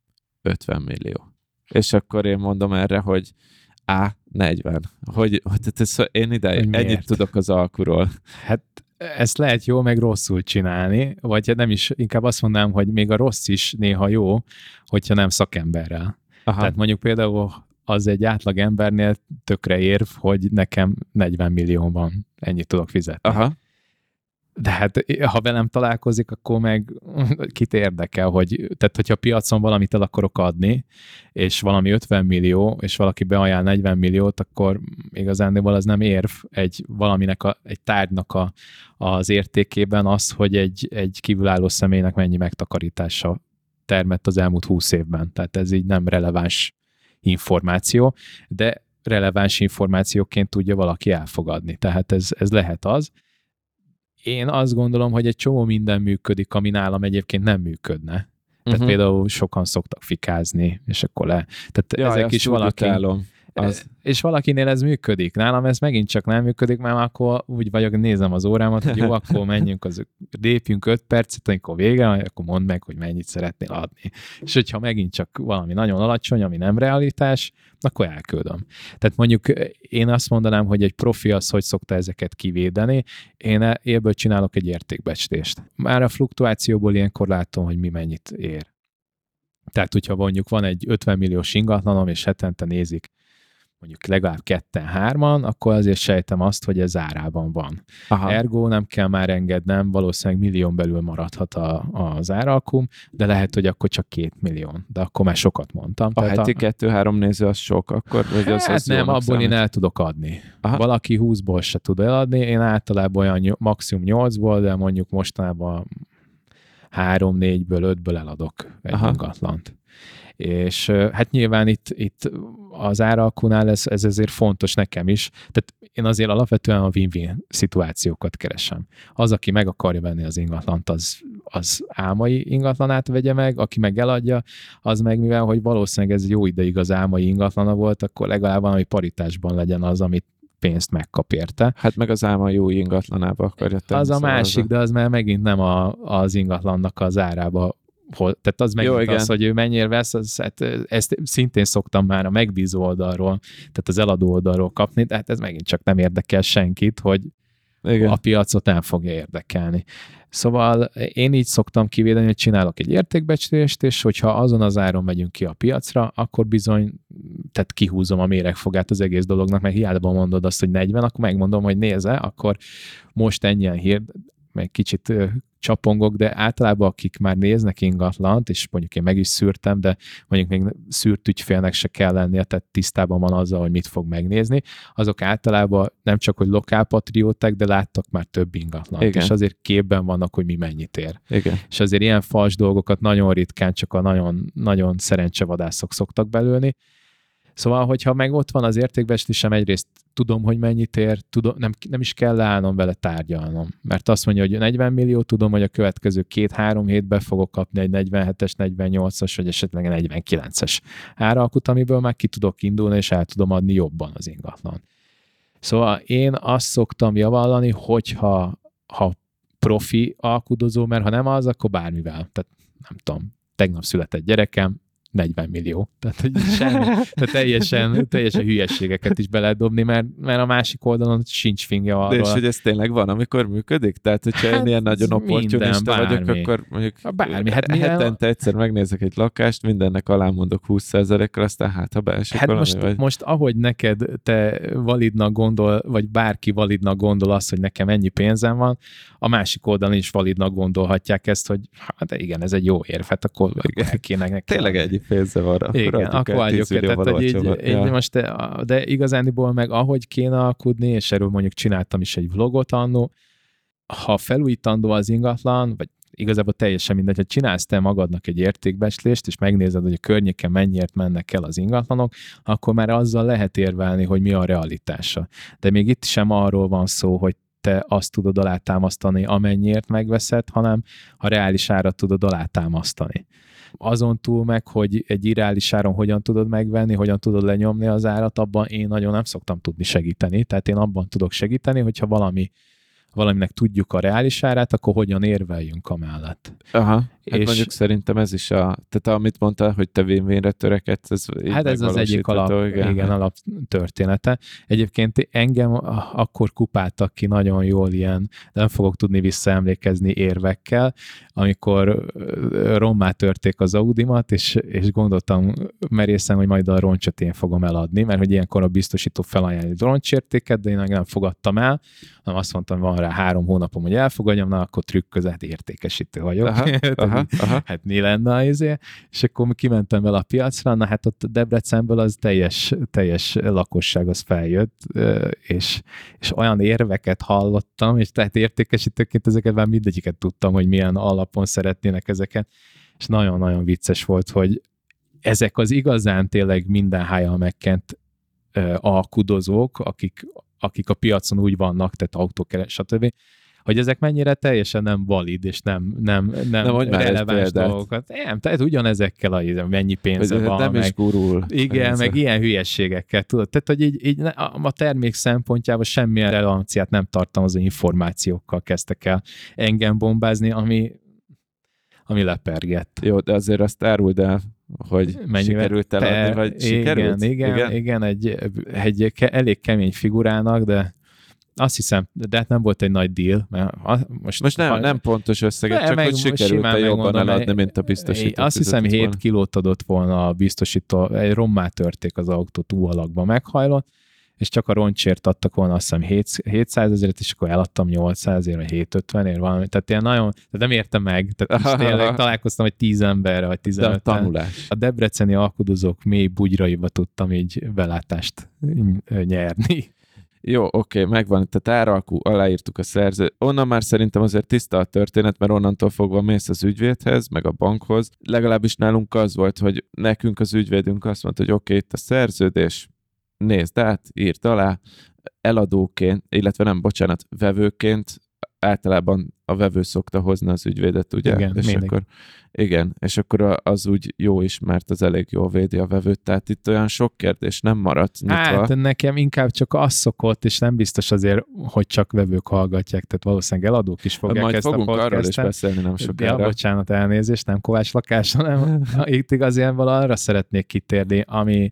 ötven millió. És akkor én mondom erre, hogy á, negyven. Hogy, hogy ez, én ide hogy ennyit miért? Tudok az alkuról. Hát ezt lehet jó, meg rosszul csinálni, vagy nem is, inkább azt mondanám, hogy még a rossz is néha jó, hogyha nem szakemberrel. Aha. Tehát mondjuk például az egy átlag embernél tökre érv, hogy nekem negyven millió van, ennyit tudok fizetni. Aha. De hát, ha velem találkozik, akkor meg kit érdekel, hogy, tehát hogyha a piacon valamit el akarok adni, és valami ötven millió, és valaki beajánl negyven milliót, akkor igazándiból az nem érv egy valaminek, a, egy tárgynak a, az értékében az, hogy egy, egy kívülálló személynek mennyi megtakarítása termett az elmúlt húsz évben. Tehát ez így nem releváns információ, de releváns információként tudja valaki elfogadni. Tehát ez, ez lehet az. Én azt gondolom, hogy egy csomó minden működik, ami nálam egyébként nem működne. Tehát uh-huh. például sokan szoktak fikázni, és akkor le. Tehát ja, ezek is valaki... Az... És valakinél ez működik. Nálam ez megint csak nem működik, mert akkor úgy vagyok, nézem az órámat, hogy jó, akkor menjünk, az, lépjünk öt percet, amikor vége, akkor mondd meg, hogy mennyit szeretnél adni. És hogyha megint csak valami nagyon alacsony, ami nem realitás, akkor elküldöm. Tehát mondjuk én azt mondanám, hogy egy profi az, hogy szokta ezeket kivédeni. Én élből csinálok egy értékbecslést. Már a fluktuációból ilyenkor látom, hogy mi mennyit ér. Tehát, hogyha mondjuk van egy ötven milliós ingatlanom, és hetente nézik mondjuk legalább ketten, hárman, akkor azért sejtem azt, hogy ez árában van. Aha. Ergo nem kell már engednem, valószínűleg millión belül maradhat a, az áralkum, de lehet, hogy akkor csak két millió. De akkor már sokat mondtam. A heti a... kettő-három néző az sok, akkor vagy az, hát az nem, abból számít. Én el tudok adni. Aha. Valaki húszból se tud eladni, én általában olyan maximum nyolcból, de mondjuk mostanában három, négyből, ötből eladok egy Aha. ingatlant. És hát nyilván itt, itt az áralkunál ez, ez ezért fontos nekem is. Tehát én azért alapvetően a win-win szituációkat keresem. Az, aki meg akarja venni az ingatlant, az, az álmai ingatlanát vegye meg, aki meg eladja, az meg mivel, hogy valószínűleg ez jó ideig az álmai ingatlana volt, akkor legalább valami paritásban legyen az, amit pénzt megkap érte. Hát meg az álma jó ingatlanába akarja tenni. Az a másik, de az már megint nem a, az ingatlannak az árába. Hol, tehát az megint Jó, az, hogy ő mennyire vesz, az, hát ezt szintén szoktam már a megbízó oldalról, tehát az eladó oldalról kapni, de hát ez megint csak nem érdekel senkit, hogy igen. A piacot nem fogja érdekelni. Szóval én így szoktam kivédeni, hogy csinálok egy értékbecslést, és hogyha azon az áron megyünk ki a piacra, akkor bizony, tehát kihúzom a méregfogát az egész dolognak, mert hiába mondod azt, hogy negyven, akkor megmondom, hogy nézze, akkor most ennyien hír, meg kicsit csapongok, de általában akik már néznek ingatlant, és mondjuk én meg is szűrtem, de mondjuk még szűrt ügyfélnek se kell lennie, tehát tisztában van azzal, hogy mit fog megnézni, azok általában nem csak, hogy lokálpatrióták, de láttak már több ingatlant, Igen. és azért képben vannak, hogy mi mennyit ér. Igen. És azért ilyen fals dolgokat nagyon ritkán csak a nagyon, nagyon szerencsevadászok szoktak belőni. Szóval, hogyha meg ott van az értékbecslésem, egyrészt tudom, hogy mennyit ér, tudom, nem, nem is kell leállnom vele tárgyalnom. Mert azt mondja, hogy negyven millió, tudom, hogy a következő két-három hétben fogok kapni egy negyvenhetes, negyvennyolcas, vagy esetleg negyvenkilences áralkut, amiből már ki tudok indulni, és el tudom adni jobban az ingatlan. Szóval én azt szoktam javallani, hogyha ha profi alkudozó, mert ha nem az, akkor bármivel. Tehát nem tudom, tegnap született gyerekem, negyven millió. Tehát, hogy semmi, tehát teljesen, teljesen hülyességeket is be lehet dobni, mert, mert a másik oldalon sincs fingja arról. De és hogy ez tényleg van, amikor működik? Tehát, hogyha hát én ilyen nagyon opportunista vagyok, akkor mondjuk bármi. Hát hetente egyszer megnézek egy lakást, mindennek alámondok húsz százalékkal, aztán hát, ha beesik hát valami, most, vagy... most ahogy neked te validnak gondol, vagy bárki validnak gondol azt, hogy nekem ennyi pénzem van, a másik oldalon is validnak gondolhatják ezt, hogy hát igen, ez egy jó érv, hát akkor, akkor kéne nekem. Tényleg egy pénze van. Akkor igen, akkor adjuk el, tehát, hogy így, így ja. most, de igazándiból meg ahogy kéne alkudni, és erről mondjuk csináltam is egy vlogot annó, ha felújítandó az ingatlan, vagy igazából teljesen mindegy, hogy csinálsz te magadnak egy értékbecslést, és megnézed, hogy a környéken mennyiért mennek el az ingatlanok, akkor már azzal lehet érvelni, hogy mi a realitása. De még itt sem arról van szó, hogy te azt tudod alátámasztani, amennyiért megveszed, hanem a reális árat tudod alátámasztani. Azon túl meg, hogy egy irreális áron hogyan tudod megvenni, hogyan tudod lenyomni az árat, abban én nagyon nem szoktam tudni segíteni. Tehát én abban tudok segíteni, hogyha valami, valaminek tudjuk a reális árát, akkor hogyan érveljünk amellett. Aha, hát és mondjuk szerintem ez is a, tehát amit mondtál, hogy te win-winre törekedsz, ez hát ez az egyik alap, igen. Igen, alap története. Egyébként engem akkor kupáltak ki nagyon jól ilyen, nem fogok tudni visszaemlékezni érvekkel, amikor rommá törték az Audimat, és, és gondoltam merészen, hogy majd a roncsot én fogom eladni, mert hogy ilyenkor a biztosító felajánlít roncsértéket, de én nem fogadtam el, hanem azt mondtam, van rá három hónapom, hogy elfogadjam, na akkor trükközet értékesítő vagyok. Aha, aha, aha. Hát mi lenne az izé? És akkor kimentem vele a piacra, na hát ott Debrecenből az teljes, teljes lakosság az feljött, és, és olyan érveket hallottam, és tehát értékesítőként ezeket már mindegyiket tudtam, hogy milyen alapon szeretnének ezeket, és nagyon-nagyon vicces volt, hogy ezek az igazán tényleg minden hájjal megkent uh, alkudozók, akik, akik a piacon úgy vannak, tehát autókeres, stb., hogy ezek mennyire teljesen nem valid, és nem, nem, nem, nem releváns dolgokat. Nem, tehát ugyanezekkel a mennyi pénze van. Nem meg, is gurul. Igen, pénze. Meg ilyen hülyességekkel, tudod. Tehát, hogy így, így a termék szempontjából semmilyen relevanciát nem tartalmazó információkkal kezdtek el engem bombázni, ami, ami lepergett. Jó, de azért azt áruld el, hogy mennyivel sikerült eladni, vagy igen, sikerült? Igen, igen, igen egy, egy elég kemény figurának, de azt hiszem, de hát nem volt egy nagy deal. Mert most most nem, ha, nem pontos összeget, csak meg, hogy sikerült-e jobban eladni, mint a biztosító. Azt hiszem hét kilót adott volna a biztosító, egy rommá törték az autó túlalakba meghajlott, és csak a roncsért adtak volna azt hiszem hétszázezret, és akkor eladtam nyolcszázért, vagy hétszázötvenért valami. Tehát ilyen nagyon, tehát nem értem meg. Tehát tényleg találkoztam, hogy tíz emberre, vagy tizenöten. De a tanulás. A debreceni alkudozók mély bugyraiba tudtam így belátást nyerni. Jó, oké, megvan, tehát áralkú, aláírtuk a szerződést. Onnan már szerintem azért tiszta a történet, mert onnantól fogva mész az ügyvédhez, meg a bankhoz. Legalábbis nálunk az volt, hogy nekünk az ügyvédünk azt mondta, hogy oké, itt a szerződés, nézd át, írd alá, eladóként, illetve nem, bocsánat, vevőként, általában a vevő szokta hozni az ügyvédet, ugye? Igen, és mindig. akkor, igen, és akkor az úgy jó is, mert az elég jól védi a vevőt, tehát itt olyan sok kérdés nem maradt nyitva. Hát nekem inkább csak az szokott, és nem biztos azért, hogy csak vevők hallgatják, tehát valószínűleg eladók is fogják majd ezt a podcastet. Majd fogunk arról is beszélni nem sokára. Ja, bocsánat, elnézést, nem Kovács Lakás, hanem itt igazából arra szeretnék kitérni, ami,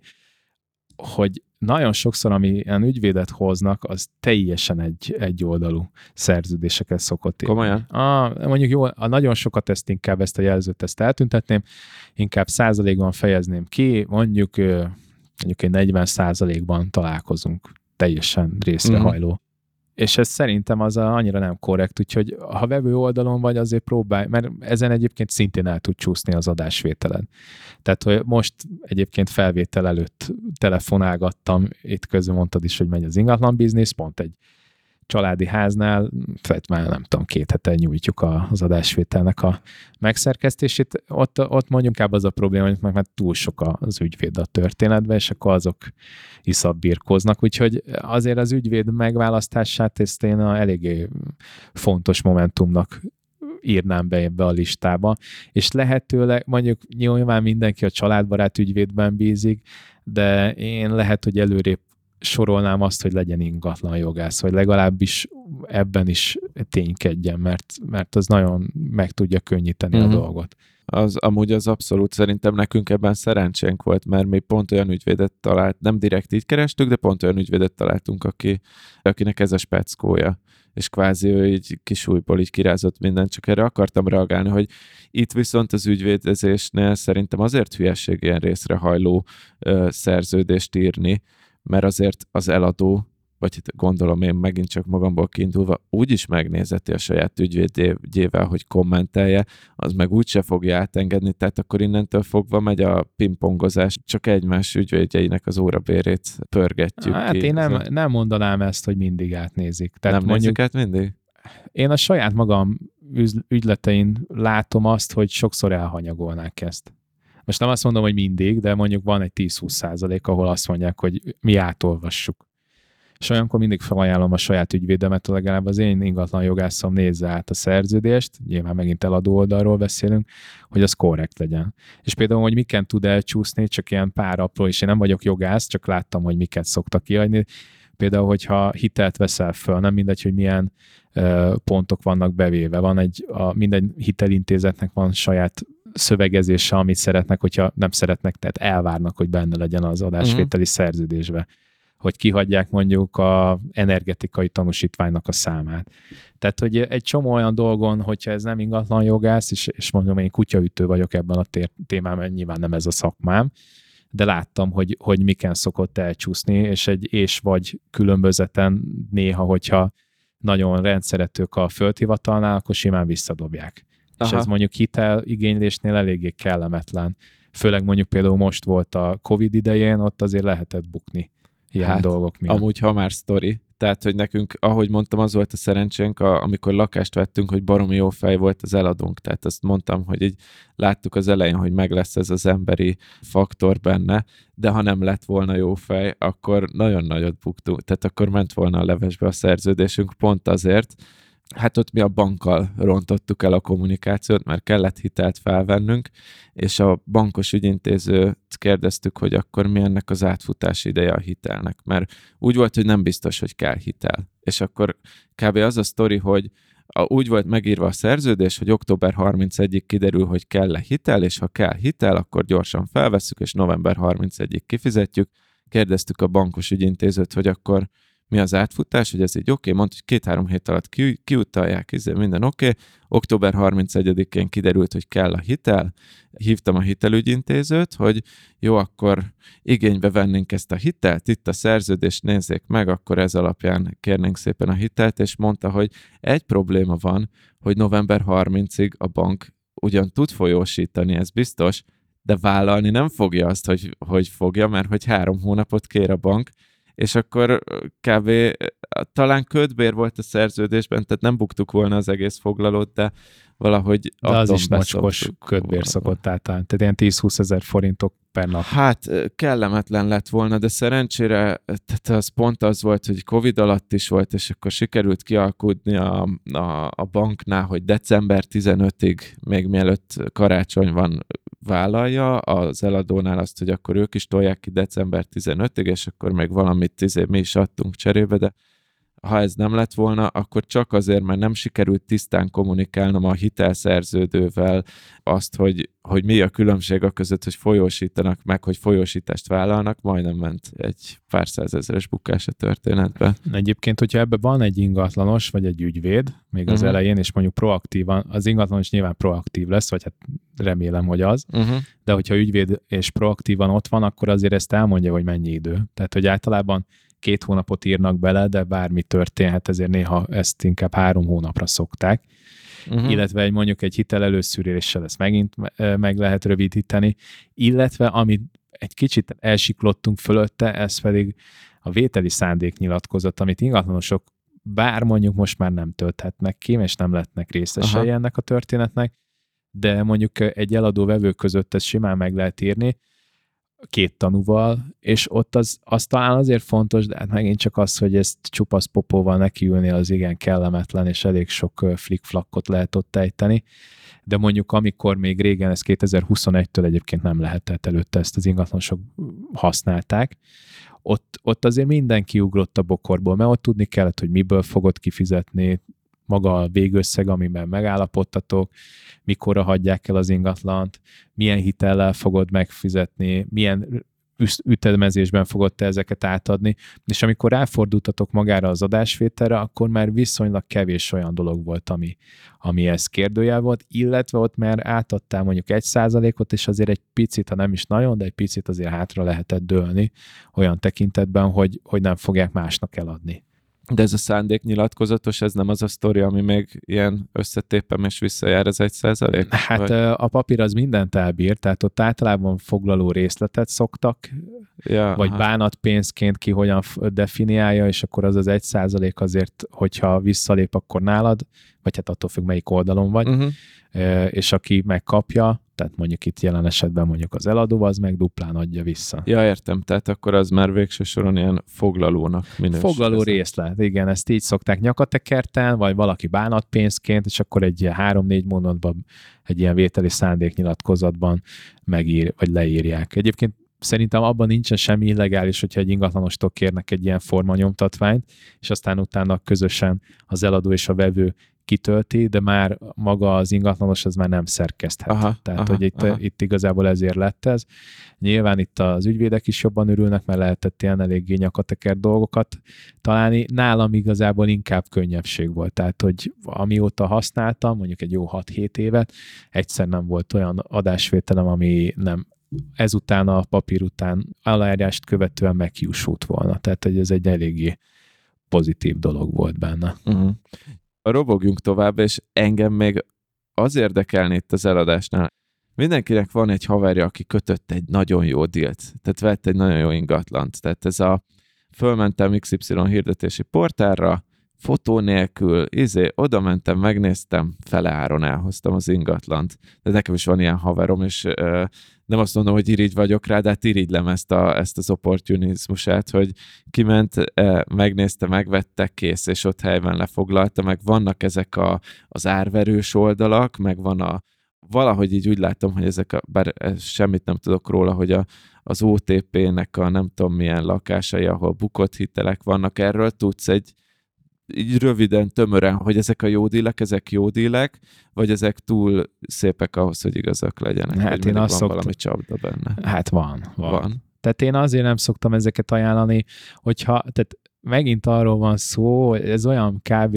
hogy nagyon sokszor, ami ilyen ügyvédet hoznak, az teljesen egy, egy oldalú szerződéseket szokott írni. Komolyan? Ah, mondjuk jó, a nagyon sokat ezt inkább ezt a jelzőt ezt eltüntetném, inkább százalékban fejezném ki, mondjuk, mondjuk egy negyven százalékban találkozunk teljesen részrehajló. Mm. És ez szerintem az a, annyira nem korrekt, úgyhogy ha vevő oldalon vagy, azért próbálj, mert ezen egyébként szintén el tud csúszni az adásvételed. Tehát, hogy most egyébként felvétel előtt telefonálgattam, itt közben mondtad is, hogy megy az ingatlan biznisz, pont egy családi háznál, tehát már nem tudom, két hete nyújtjuk a, az adásvételnek a megszerkesztését. Ott, ott mondjuk inkább az a probléma, hogy meg már túl sok az ügyvéd a történetben, és akkor azok iszabbirkóznak. Úgyhogy azért az ügyvéd megválasztását ezt én a eléggé fontos momentumnak írnám be ebbe a listába, és lehetőleg, mondjuk nyilván mindenki a családbarát ügyvédben bízik, de én lehet, hogy előrébb sorolnám azt, hogy legyen ingatlan jogász, vagy legalábbis ebben is ténykedjen, mert, mert az nagyon meg tudja könnyíteni uh-huh. a dolgot. Az, amúgy az abszolút szerintem nekünk ebben szerencsénk volt, mert mi pont olyan ügyvédet talált, nem direkt így kerestük, de pont olyan ügyvédet találtunk, aki, akinek ez a speckója. És kvázi ő így kisújból így kirázott mindent, csak erre akartam reagálni, hogy itt viszont az ügyvédezésnél szerintem azért hülyeség ilyen részrehajló ö, szerződést írni, mert azért az eladó, vagy gondolom én megint csak magamból kiindulva, úgyis megnézeti a saját ügyvédjével, hogy kommentelje, az meg úgyse fogja átengedni, tehát akkor innentől fogva megy a pingpongozás, csak egymás ügyvédjeinek az órabérét pörgetjük hát ki. én nem, nem mondanám ezt, hogy mindig átnézik. Tehát nem mondjuk, nézik át mindig? Én a saját magam ügyletein látom azt, hogy sokszor elhanyagolnák ezt. Most nem azt mondom, hogy mindig, de mondjuk van egy tíz-húsz százalék, ahol azt mondják, hogy mi átolvassuk. És olyankor mindig felajánlom a saját ügyvédemet, legalább az én ingatlan jogászom nézze át a szerződést, nyilván megint eladó oldalról beszélünk, hogy az korrekt legyen. És például, hogy miken tud elcsúszni, csak ilyen pár apró, és én nem vagyok jogász, csak láttam, hogy miket szoktak kiadni. Például, hogyha hitelt veszel föl, nem mindegy, hogy milyen uh, pontok vannak bevéve. Van egy, a, minden hitelintézetnek van saját szövegezése, amit szeretnek, hogyha nem szeretnek, tehát elvárnak, hogy benne legyen az adásvételi uh-huh. szerződésbe, hogy kihagyják mondjuk a energetikai tanúsítványnak a számát. Tehát, hogy egy csomó olyan dolgon, hogyha ez nem ingatlan jogász, és, és mondom, én kutyaütő vagyok ebben a tér, témában, nyilván nem ez a szakmám, de láttam, hogy, hogy miken szokott elcsúszni, és egy és vagy különbözeten néha, hogyha nagyon rendszeretők a földhivatalnál, akkor simán visszadobják. Aha. És ez mondjuk hitel igénylésnél eléggé kellemetlen. Főleg mondjuk például most volt a Covid idején, ott azért lehetett bukni. ilyen hát, dolgok miatt. Amúgy, ha már sztori. Tehát, hogy nekünk, ahogy mondtam, az volt a szerencsénk, a, amikor lakást vettünk, hogy baromi jó fej volt az eladónk. Tehát azt mondtam, hogy így láttuk az elején, hogy meg lesz ez az emberi faktor benne, de ha nem lett volna jó fej, akkor nagyon nagyot buktunk. Tehát akkor ment volna a levesbe a szerződésünk pont azért. Hát ott mi a bankkal rontottuk el a kommunikációt, mert kellett hitelt felvennünk, és a bankos ügyintézőt kérdeztük, hogy akkor mi ennek az átfutási ideje a hitelnek, mert úgy volt, hogy nem biztos, hogy kell hitel. És akkor kb. Az a sztori, hogy a, úgy volt megírva a szerződés, hogy október harmincegyedikéig kiderül, hogy kell-e hitel, és ha kell hitel, akkor gyorsan felvesszük, és november harmincegyedikéig kifizetjük. Kérdeztük a bankos ügyintézőt, hogy akkor mi az átfutás, hogy ez így oké, okay, mondta, hogy két-három hét alatt ki, kiutalják, minden oké. Okay. október harmincegyedikén kiderült, hogy kell a hitel. Hívtam a hitelügyintézőt, hogy jó, akkor igénybe vennénk ezt a hitelt, itt a szerződést nézzék meg, akkor ez alapján kérnénk szépen a hitelt, és mondta, hogy egy probléma van, hogy november harmincadikáig a bank ugyan tud folyósítani, ez biztos, de vállalni nem fogja azt, hogy, hogy fogja, mert hogy három hónapot kér a bank, és akkor kb. Talán kötbér volt a szerződésben, tehát nem buktuk volna az egész foglalót, de valahogy... De az is mocskos kötbér szokott általán, tehát ilyen tíz-húsz ezer forintok per nap. Hát kellemetlen lett volna, de szerencsére tehát az pont az volt, hogy Covid alatt is volt, és akkor sikerült kialkudni a, a, a banknál, hogy december tizenötödikéig, még mielőtt karácsony van, vállalja, az eladónál azt, hogy akkor ők is tolják ki december tizenötödikéig, és akkor még valamit tizé, mi is adtunk cserébe, de ha ez nem lett volna, akkor csak azért, mert nem sikerült tisztán kommunikálnom a hitelszerződővel azt, hogy, hogy mi a különbség a között, hogy folyósítanak meg, hogy folyósítást vállalnak, majdnem ment egy pár százezeres bukás a történetbe. Egyébként, hogyha ebben van egy ingatlanos, vagy egy ügyvéd, még az uh-huh. elején, és mondjuk proaktívan, az ingatlanos nyilván proaktív lesz, vagy hát remélem, hogy az, uh-huh. de hogyha ügyvéd és proaktívan ott van, akkor azért ezt elmondja, hogy mennyi idő. Tehát, hogy általában két hónapot írnak bele, de bármi történhet, ezért néha ezt inkább három hónapra szokták. Uh-huh. Illetve egy, mondjuk egy hitel előszűréssel ezt megint meg lehet rövidíteni, illetve amit egy kicsit elsiklottunk fölötte, ez pedig a vételi szándéknyilatkozat, amit ingatlanosok bár mondjuk most már nem tölthetnek ki, és nem lehetnek részesei Aha. ennek a történetnek, de mondjuk egy eladó-vevő között ezt simán meg lehet írni, két tanúval, és ott az, az talán azért fontos, de hát megint csak az, hogy ezt csupasz popóval nekiülni, az igen kellemetlen, és elég sok flick-flakkot lehet ott ejteni, de mondjuk amikor még régen, ez kétezer-huszonegytől egyébként nem lehetett, előtte ezt az ingatlanosok használták, ott, ott azért mindenki ugrott a bokorból, mert ott tudni kellett, hogy miből fogod kifizetni, maga a végösszeg, amiben megállapodtatok, mikorra hagyják el az ingatlant, milyen hitellel fogod megfizetni, milyen ütemezésben fogod te ezeket átadni, és amikor ráfordultatok magára az adásvételre, akkor már viszonylag kevés olyan dolog volt, ami, ami ez kérdőjel volt, illetve ott már átadtál mondjuk egy százalékot, és azért egy picit, ha nem is nagyon, de egy picit azért hátra lehetett dőlni olyan tekintetben, hogy, hogy nem fogják másnak eladni. De ez a szándéknyilatkozatos, ez nem az a sztori, ami még ilyen összetépem és visszajár az egy százalék? Hát vagy? A papír az mindent elbír, tehát ott általában foglaló részletet szoktak, ja, vagy aha. bánatpénzként ki hogyan definiálja, és akkor az az egy százalék azért, hogyha visszalép, akkor nálad, vagy hát attól függ, melyik oldalon vagy, uh-huh. és aki megkapja, tehát mondjuk itt jelen esetben mondjuk az eladó, az meg duplán adja vissza. Ja, értem, tehát akkor az már végső soron ilyen foglalónak minősül. Foglaló részlet, igen, ezt így szokták nyakatekerten, vagy valaki bánatpénzként, és akkor egy ilyen három-négy mondatban, egy ilyen vételi szándéknyilatkozatban megír, vagy leírják. Egyébként szerintem abban nincsen semmi illegális, hogyha egy ingatlanostól kérnek egy ilyen formanyomtatványt, és aztán utána közösen az eladó és a vevő kitölti, de már maga az ingatlanos az már nem szerkeszthet. Aha, Tehát, aha, hogy itt, itt igazából ezért lett ez. Nyilván itt az ügyvédek is jobban örülnek, mert lehetett ilyen eléggé nyakatekert dolgokat találni. Nálam igazából inkább könnyebbség volt. Tehát, hogy amióta használtam, mondjuk egy jó hat-hét évet, egyszer nem volt olyan adásvételem, ami nem ezután a papír után aláírást követően meghiúsult volna. Tehát, hogy ez egy eléggé pozitív dolog volt benne. Uh-huh. Robogjunk tovább, és engem még az érdekelni itt az eladásnál. Mindenkinek van egy haverja, aki kötött egy nagyon jó dílt, tehát vett egy nagyon jó ingatlant. Tehát ez a, fölmentem iksz ipszilon hirdetési portálra, fotó nélkül, izé, oda mentem, megnéztem, fele áron elhoztam az ingatlant. De nekem is van ilyen haverom, és ö, nem azt mondom, hogy irigy vagyok rá, de hát irigylem ezt, a, ezt az opportunizmusát, hogy kiment, ö, megnézte, megvette, kész, és ott helyben lefoglalta, meg vannak ezek a, az árverős oldalak, meg van a, valahogy így úgy látom, hogy ezek a, bár semmit nem tudok róla, hogy a, az o té pé-nek a nem tudom milyen lakásai, ahol bukott hitelek vannak, erről tudsz egy így röviden, tömören, hogy ezek a jó dílek, ezek jó dílek, vagy ezek túl szépek ahhoz, hogy igazak legyenek. Hát én azt van szoktam... valami csapda benne. Hát van, van. van. Tehát én azért nem szoktam ezeket ajánlani, hogyha, tehát megint arról van szó, hogy ez olyan kb.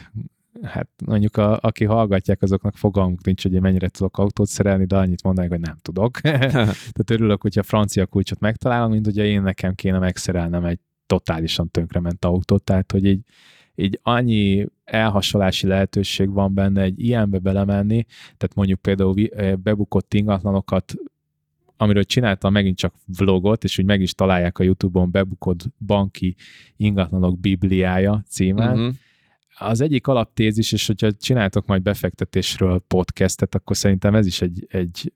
Hát mondjuk a, aki hallgatják, azoknak fogalmuk nincs, hogy én mennyire tudok autót szerelni, de annyit mondanak, hogy nem tudok. Tehát örülök, hogyha francia kulcsot megtalálom, mint hogyha én nekem kéne megszerelnem egy totálisan tönkrement autót, tehát hogy így így annyi elhasalási lehetőség van benne egy ilyenbe belemenni, tehát mondjuk például bebukott ingatlanokat, amiről csináltam megint csak vlogot, és úgy meg is találják a YouTube-on bebukott banki ingatlanok bibliája címen. Uh-huh. Az egyik alaptézis, és hogyha csináltok majd befektetésről podcastet, akkor szerintem ez is egy, egy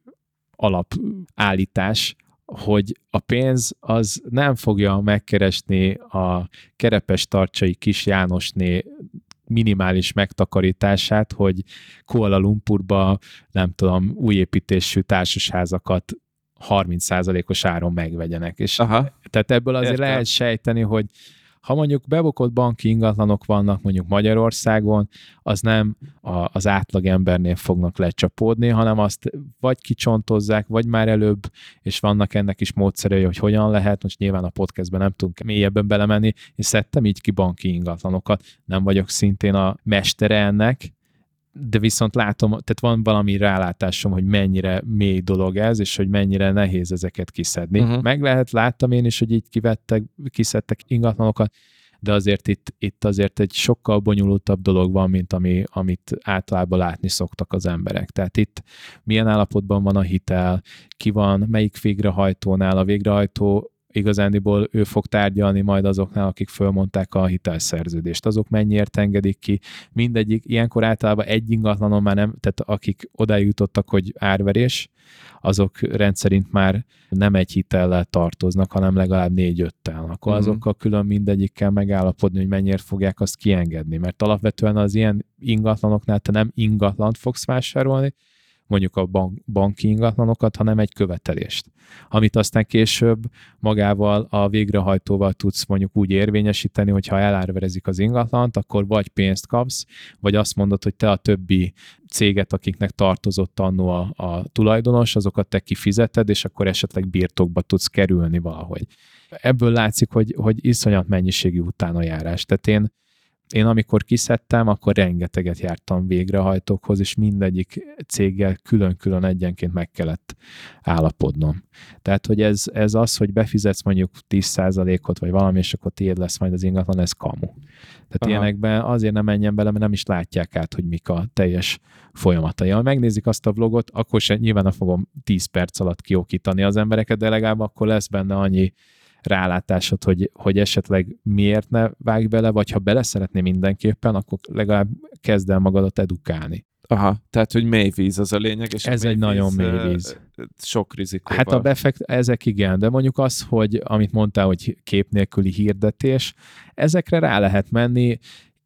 alapállítás, hogy a pénz az nem fogja megkeresni a Kerepes Tarcsai Kis Jánosné minimális megtakarítását, hogy Kuala Lumpurba, nem tudom, újépítésű társasházakat harminc százalékos áron megvegyenek. És Aha. tehát ebből azért Értem. lehet sejteni, hogy ha mondjuk bebukott banki ingatlanok vannak mondjuk Magyarországon, az nem a, az átlagembernél fognak lecsapódni, hanem azt vagy kicsontozzák, vagy már előbb, és vannak ennek is módszerei, hogy hogyan lehet, most nyilván a podcastben nem tudunk mélyebben belemenni, és szedtem így ki banki ingatlanokat. Nem vagyok szintén a mestere ennek, de viszont látom, tehát van valami rálátásom, hogy mennyire mély dolog ez, és hogy mennyire nehéz ezeket kiszedni. Uh-huh. Meg lehet, láttam én is, hogy így kivettek, kiszedtek ingatlanokat, de azért itt, itt azért egy sokkal bonyolultabb dolog van, mint ami, amit általában látni szoktak az emberek. Tehát itt milyen állapotban van a hitel, ki van, melyik végrehajtónál, a végrehajtó igazándiból ő fog tárgyalni majd azoknál, akik fölmondták a hitelszerződést. Azok mennyiért engedik ki. Mindegyik, ilyenkor általában egy ingatlanon már nem, tehát akik odáig jutottak, hogy árverés, azok rendszerint már nem egy hitellel tartoznak, hanem legalább négy-öttel. Akkor uh-huh. azokkal külön mindegyikkel megállapodni, hogy mennyire fogják azt kiengedni. Mert alapvetően az ilyen ingatlanoknál te nem ingatlant fogsz vásárolni, mondjuk a bank, banki ingatlanokat, hanem egy követelést. Amit aztán később magával a végrehajtóval tudsz mondjuk úgy érvényesíteni, hogy ha elárverezik az ingatlant, akkor vagy pénzt kapsz, vagy azt mondod, hogy te a többi céget, akiknek tartozott annó a, a tulajdonos, azokat te kifizeted, és akkor esetleg birtokba tudsz kerülni valahogy. Ebből látszik, hogy, hogy iszonyat mennyiségű utánajárás. Tehát én Én amikor kiszedtem, akkor rengeteget jártam végrehajtókhoz, és mindegyik céggel külön-külön egyenként meg kellett állapodnom. Tehát, hogy ez, ez az, hogy befizetsz mondjuk tíz százalékot, vagy valami, és akkor tiéd lesz majd az ingatlan, ez kamu. Tehát Aha. ilyenekben azért nem menjen bele, mert nem is látják át, hogy mik a teljes folyamatai. Ha megnézik azt a vlogot, akkor sem nyilván nem fogom tíz perc alatt kiokítani az embereket, de legalább akkor lesz benne annyi rálátásod, hogy, hogy esetleg miért ne vágj bele, vagy ha bele szeretné mindenképpen, akkor legalább kezd el magadat edukálni. Aha, tehát, hogy mély víz az a lényeg, és ez egy nagyon mély víz. Sok rizikóval. Hát a befekt, ezek igen, de mondjuk az, hogy amit mondtál, hogy kép nélküli hirdetés, ezekre rá lehet menni.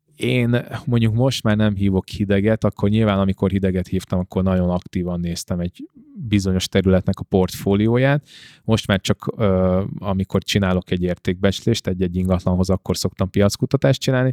Én mondjuk most már nem hívok hideget, akkor nyilván amikor hideget hívtam, akkor nagyon aktívan néztem egy bizonyos területnek a portfólióját. Most már csak uh, amikor csinálok egy értékbecslést egy-egy ingatlanhoz, akkor szoktam piackutatást csinálni,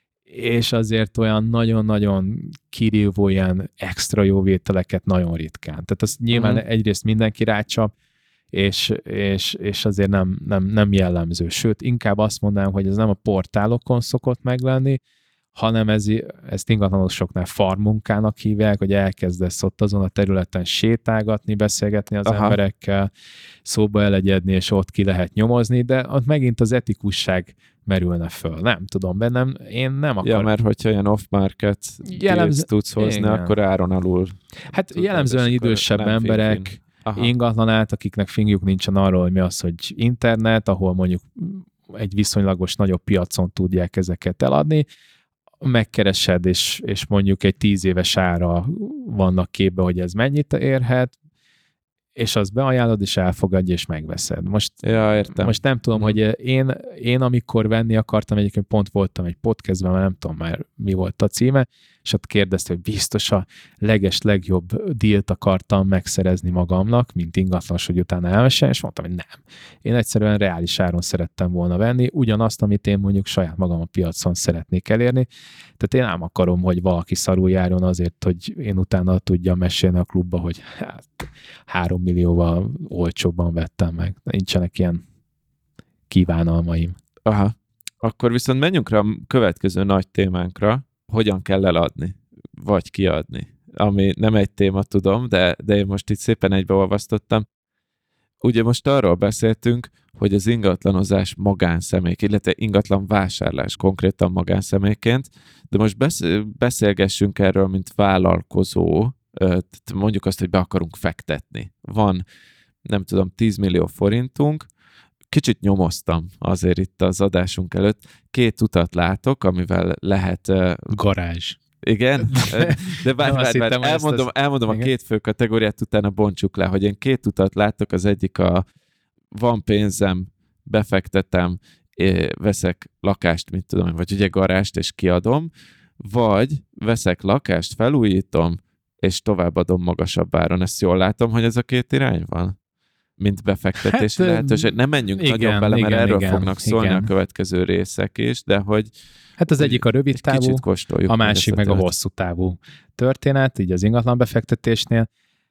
és azért olyan nagyon-nagyon kirívó ilyen extra jó vételeket nagyon ritkán. Tehát az nyilván uh-huh. egyrészt mindenki rácsap, és, és, és azért nem, nem, nem jellemző. Sőt, inkább azt mondanám, hogy ez nem a portálokon szokott meglenni, hanem ez, ezt ingatlanosoknál farmmunkának hívják, hogy elkezdesz ott azon a területen sétálgatni, beszélgetni az Aha. emberekkel, szóba elegyedni, és ott ki lehet nyomozni, de ott megint az etikusság merülne föl. Nem tudom, bennem én nem akarom. Ja, mert hogyha ilyen off-market Jellemz... tudsz hozni, igen. akkor áron alul. Hát jellemzően idősebb emberek, fin-fin. ingatlanát, akiknek fingjuk nincsen arról, hogy mi az, hogy internet, ahol mondjuk egy viszonylagos nagyobb piacon tudják ezeket eladni, megkeresed, és, és mondjuk egy tíz éves ára vannak képbe, hogy ez mennyit érhet, és azt beajánlod, és elfogadja, és megveszed. Most, ja, értem. most nem tudom, mm. hogy én, én amikor venni akartam, egyébként pont voltam egy podcastben, mert nem tudom már mi volt a címe, és ott kérdezte, hogy biztos a leges, legjobb dílt akartam megszerezni magamnak, mint ingatlanos, hogy utána elmesen, és mondtam, hogy nem. Én egyszerűen reális áron szerettem volna venni, ugyanazt, amit én mondjuk saját magam a piacon szeretnék elérni. Tehát én nem akarom, hogy valaki szarul járjon azért, hogy én utána tudjam mesélni a klubba, hogy hát három millióval olcsóbban vettem meg. Nincsenek ilyen kívánalmaim. Aha. Akkor viszont menjünk rá a következő nagy témánkra, hogyan kell eladni, vagy kiadni. Ami nem egy téma, tudom, de, de én most itt szépen egybeolvasztottam. Ugye most arról beszéltünk, hogy az ingatlanozás magánszemélyk, illetve ingatlan vásárlás konkrétan magánszemélyként, de most beszélgessünk erről, mint vállalkozó, mondjuk azt, hogy be akarunk fektetni. Van, nem tudom, tíz millió forintunk, kicsit nyomoztam azért itt az adásunk előtt. Két utat látok, amivel lehet... Uh, Garázs. Igen? De bár, bár, bár, elmondom, elmondom a két fő kategóriát, utána bontsuk le, hogy én két utat látok, az egyik a van pénzem, befektetem, veszek lakást, mit tudom, vagy ugye garást, és kiadom, vagy veszek lakást, felújítom, és továbbadom magasabb áron. Ezt jól látom, hogy ez a két irány van? Mint befektetési hát, lehetőség. Nem menjünk igen, nagyon bele, mert igen, erről igen, fognak szólni igen. a következő részek is, de hogy hát az egyik a rövid távú, a másik meg a hosszú távú történet, így az ingatlan befektetésnél.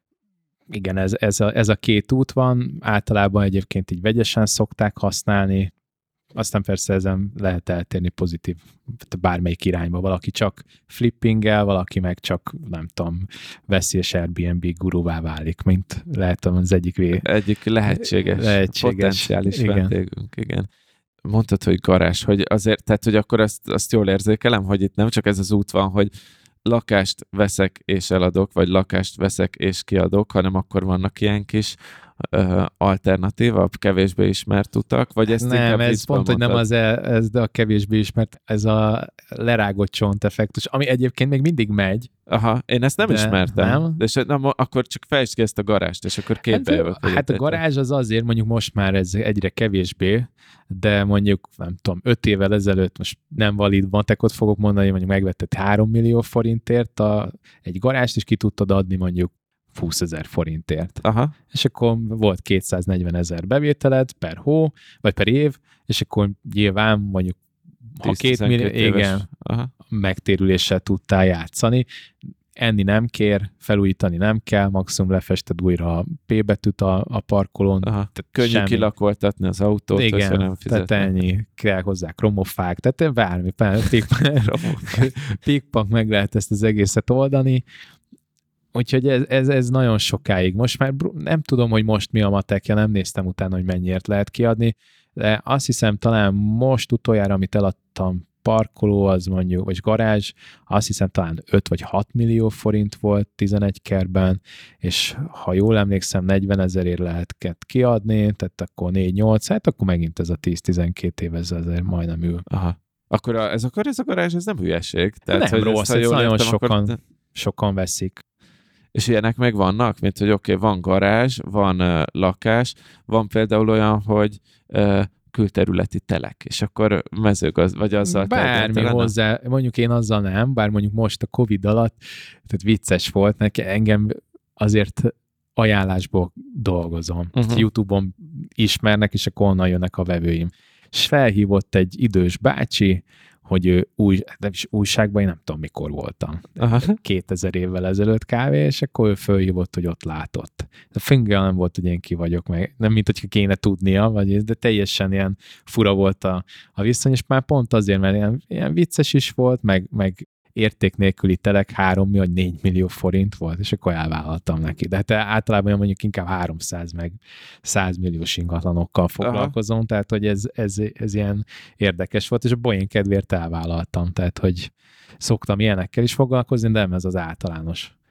Igen, ez, ez, a, ez a két út van, általában egyébként így vegyesen szokták használni, aztán persze ezen lehet eltérni pozitív bármelyik irányba. Valaki csak flippinggel, valaki meg csak, nem tudom, veszi és Airbnb guruvá válik, mint lehet az egyik vé... Egyik lehetséges, lehetséges potenciális igen. vendégünk, igen. Mondtad, hogy garázs, hogy azért, tehát, hogy akkor azt, azt jól érzékelem, hogy itt nem csak ez az út van, hogy lakást veszek és eladok, vagy lakást veszek és kiadok, hanem akkor vannak ilyen kis uh, alternatívabb, kevésbé ismert utak, vagy ezt nem, ez pont, mondtad? Hogy nem az e, ez, de a kevésbé ismert, ez a lerágott csont effektus, ami egyébként még mindig megy. Aha, én ezt nem de ismertem. Nem? De és nem, akkor csak fejtsd ki ezt a garást, és akkor képbe jövök. Hát, hát a garázs az azért, mondjuk most már ez egyre kevésbé, de mondjuk, nem tudom, öt évvel ezelőtt, most nem valid matekot fogok mondani, mondjuk megvetted három millió forintért a, egy garást, és ki tudtad adni mondjuk húszezer forintért. Aha. És akkor volt kétszáznegyven ezer bevételed per hó, vagy per év, és akkor nyilván mondjuk ha két millió, igen, aha. megtérüléssel tudtál játszani. Enni nem kér, felújítani nem kell, maximum lefested újra a P betűt a, a parkolón. Tehát könnyű semmi. Kilakoltatni az autót, igen, nem tehát ennyi, kell hozzá kromofák, tehát bármi, pikpak meg lehet ezt az egészet oldani. Úgyhogy ez, ez, ez nagyon sokáig. Most már nem tudom, hogy most mi a matekja, nem néztem utána, hogy mennyiért lehet kiadni, de azt hiszem talán most utoljára, amit eladtam, parkoló, az mondjuk, vagy garázs, azt hiszem talán öt vagy hat millió forint volt tizenegy kerben, és ha jól emlékszem, negyven ezerért lehet kiadni, tehát akkor négy-nyolc, hát akkor megint ez a tíz-tizenkét év ezzel majdnem ül. Aha. Akkor a, ez, akkor ez a garázs, ez nem hülyeség. Tehát, nem rossz, ez nagyon értem, sokan, akkor... sokan veszik. És ilyenek meg vannak, mint hogy oké, okay, van garázs, van uh, lakás, van például olyan, hogy uh, külterületi telek, és akkor mezőgaz, vagy azzal... Bármi hozzá, mondjuk én azzal nem, bár mondjuk most a Covid alatt, tehát vicces volt, neki engem azért ajánlásból dolgozom. Uh-huh. YouTube-on ismernek, és akkor onnan jönnek a vevőim. És felhívott egy idős bácsi, hogy ő új, nem is újságban, én nem tudom, mikor voltam. Aha. kétezer évvel ezelőtt kávé, és akkor ő fölhívott, hogy ott látott. A fingel nem volt, hogy én ki vagyok meg. Nem, mint hogy kéne tudnia, vagy, de teljesen ilyen fura volt a, a viszony, és már pont azért, mert ilyen, ilyen vicces is volt, meg, meg érték nélküli telek három vagy négy millió forint volt, és akkor elvállaltam neki. De hát általában mondjuk inkább háromszáz meg száz milliós ingatlanokkal foglalkozom, aha. tehát hogy ez, ez, ez ilyen érdekes volt, és a poén kedvéért elvállaltam, tehát hogy szoktam ilyenekkel is foglalkozni, de nem ez az általános.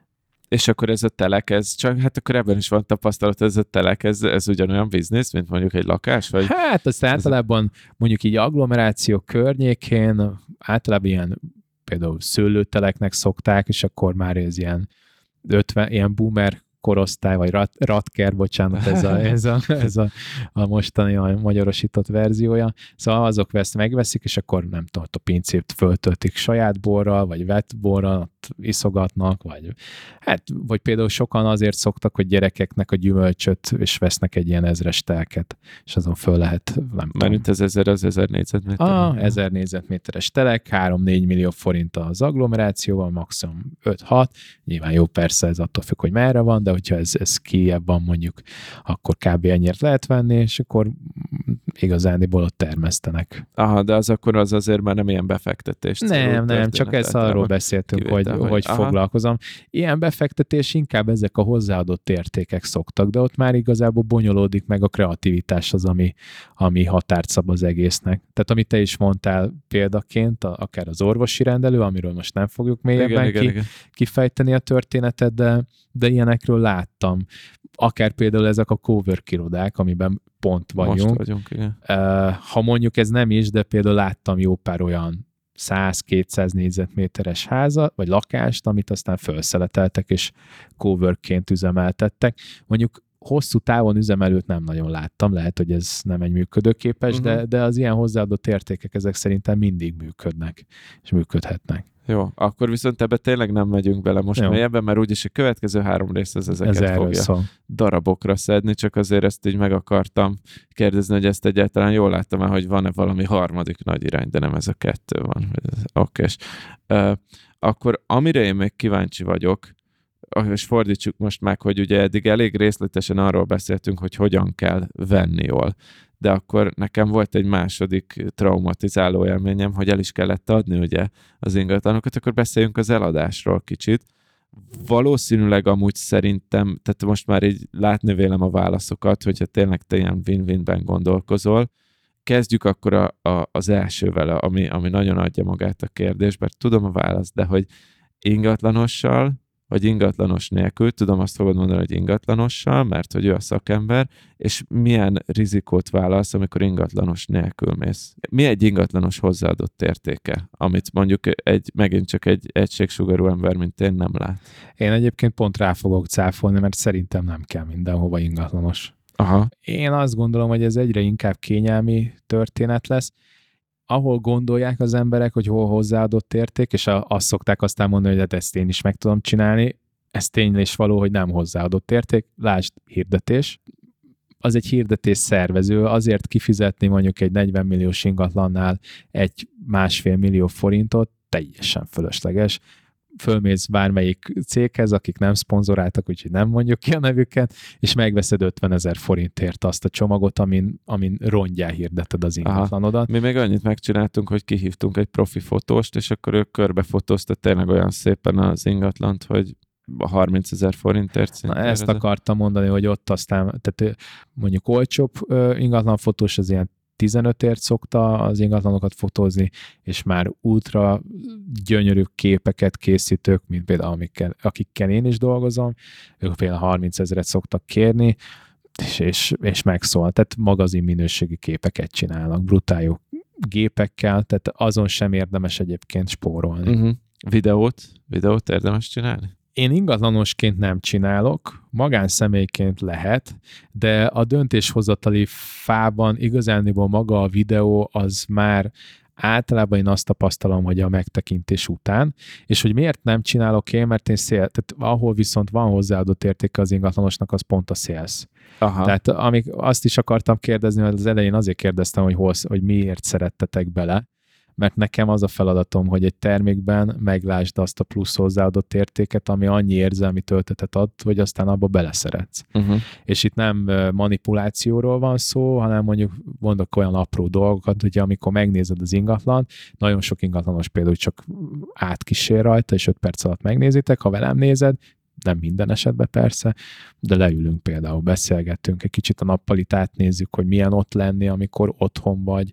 És akkor ez a telek, ez csak, hát akkor ebben is van tapasztalat, ez a telek, ez, ez ugyanolyan biznisz, mint mondjuk egy lakás? Vagy hát azt általában mondjuk így agglomeráció környékén általában ilyen például szőlőteleknek szokták, és akkor már ez ilyen ötven, ilyen boomer korosztály, vagy rat, ratker, bocsánat, ez a, ez a, ez a, a mostani a magyarosított verziója. Szóval azok vesz, megveszik, és akkor nem tudom, a pincét föltöltik saját borral, vagy vett borral, ott iszogatnak, vagy hát, vagy például sokan azért szoktak, hogy gyerekeknek a gyümölcsöt, és vesznek egy ilyen ezres telket, és azon föl lehet, nem tudom. Mert ez ezer, az ezer négyzetméter. Ah, ezer négyzetméteres telek, három-négy millió forint az agglomerációval, maximum öt-hat. Nyilván jó, persze ez attól függ, hogy merre van, de hogyha ez, ez kijebb van mondjuk, akkor kb. Ennyit lehet venni, és akkor igazániból ott termesztenek. Aha, de az akkor az azért már nem ilyen befektetés. Nem, nem, csak ezt arról beszéltünk, kivétel, hogy, hogy, hogy foglalkozom. Ilyen befektetés inkább ezek a hozzáadott értékek szoktak, de ott már igazából bonyolódik meg a kreativitás az, ami, ami határt szab az egésznek. Tehát amit te is mondtál példaként, a, akár az orvosi rendelő, amiről most nem fogjuk mélyebben igen, ki, igen, igen. kifejteni a történetet, de, de ilyenekről láttam. Akár például ezek a cowork irodák, amiben pont vagyunk. Most vagyunk, igen. Ha mondjuk ez nem is, de például láttam jó pár olyan száz-kétszáz négyzetméteres házat, vagy lakást, amit aztán felszeleteltek, és coworkként üzemeltettek. Mondjuk hosszú távon üzemelőt nem nagyon láttam, lehet, hogy ez nem egy működőképes, uh-huh. de, de az ilyen hozzáadott értékek ezek szerintem mindig működnek, és működhetnek. Jó, akkor viszont ebbe tényleg nem megyünk bele most mélyebben, mert úgyis a következő három rész az ezeket ez fogja szó. darabokra szedni, csak azért ezt így meg akartam kérdezni, hogy ezt egyáltalán jól láttam el, hogy van-e valami harmadik nagy irány, de nem ez a kettő van. Oké. Uh, akkor amire én még kíváncsi vagyok, és fordítsuk most meg, hogy ugye eddig elég részletesen arról beszéltünk, hogy hogyan kell venni jól. De akkor nekem volt egy második traumatizáló élményem, hogy el is kellett adni ugye az ingatlanokat, akkor beszéljünk az eladásról kicsit. Valószínűleg amúgy szerintem, tehát most már így látni vélem a válaszokat, hogyha tényleg te ilyen win-winben gondolkozol. Kezdjük akkor a, a, az elsővel, ami, ami nagyon adja magát a kérdésbe, tudom a választ, de hogy ingatlanossal, vagy ingatlanos nélkül, tudom azt fogod mondani, hogy ingatlanossal, mert hogy ő a szakember, és milyen rizikót válasz, amikor ingatlanos nélkül mész. Mi egy ingatlanos hozzáadott értéke, amit mondjuk egy, megint csak egy egységsugarú ember, mint én nem lát? Én egyébként pont rá fogok cáfolni, mert szerintem nem kell mindenhova ingatlanos. Aha. Én azt gondolom, hogy ez egyre inkább kényelmi történet lesz, ahol gondolják az emberek, hogy hol hozzáadott érték, és azt szokták aztán mondani, hogy hát ezt én is meg tudom csinálni, ez tényleg is való, hogy nem hozzáadott érték. Lásd, hirdetés. Az egy hirdetés szervező, azért kifizetni mondjuk egy negyven milliós ingatlannál egy másfél millió forintot, teljesen fölösleges. Fölmész bármelyik céghez, akik nem szponzoráltak, úgyhogy nem mondjuk ki a nevüket, és megveszed ötvenezer forintért azt a csomagot, amin, amin rongyá hirdeted az ingatlanodat. Mi még annyit megcsináltunk, hogy kihívtunk egy profi fotóst, és akkor ők körbefotózta tényleg olyan szépen az ingatlant, hogy harmincezer forintért. Na, ezt akartam mondani, hogy ott aztán, tehát mondjuk olcsóbb ingatlan fotós az ilyen tizenötért szokta az ingatlanokat fotózni, és már ultra gyönyörű képeket készítők, mint például amikkel, akikkel én is dolgozom, ők például harmincezret szoktak kérni, és, és, és megszól. Tehát magazin minőségi képeket csinálnak, brutál jó gépekkel, tehát azon sem érdemes egyébként spórolni. Uh-huh. Videót? Videót érdemes csinálni? Én ingatlanosként nem csinálok, magánszemélyként lehet, de a döntéshozatali fában igazániból maga a videó az már általában én azt tapasztalom, hogy a megtekintés után, és hogy miért nem csinálok én, mert én szél, tehát ahol viszont van hozzáadott értéke az ingatlanosnak, az pont a sales. Aha. Tehát amik, azt is akartam kérdezni, mert az elején azért kérdeztem, hogy, hol, hogy miért szerettetek bele, mert nekem az a feladatom, hogy egy termékben meglásd azt a plusz hozzáadott értéket, ami annyi érzelmi töltetet ad, hogy aztán abba beleszeretsz. Uh-huh. És itt nem manipulációról van szó, hanem mondjuk mondok olyan apró dolgokat, hogy amikor megnézed az ingatlan, nagyon sok ingatlanos például csak átkísér rajta, és öt perc alatt megnézitek, ha velem nézed, nem minden esetben persze, de leülünk például, beszélgettünk, egy kicsit a nappalitát nézzük, hogy milyen ott lenni, amikor otthon vagy,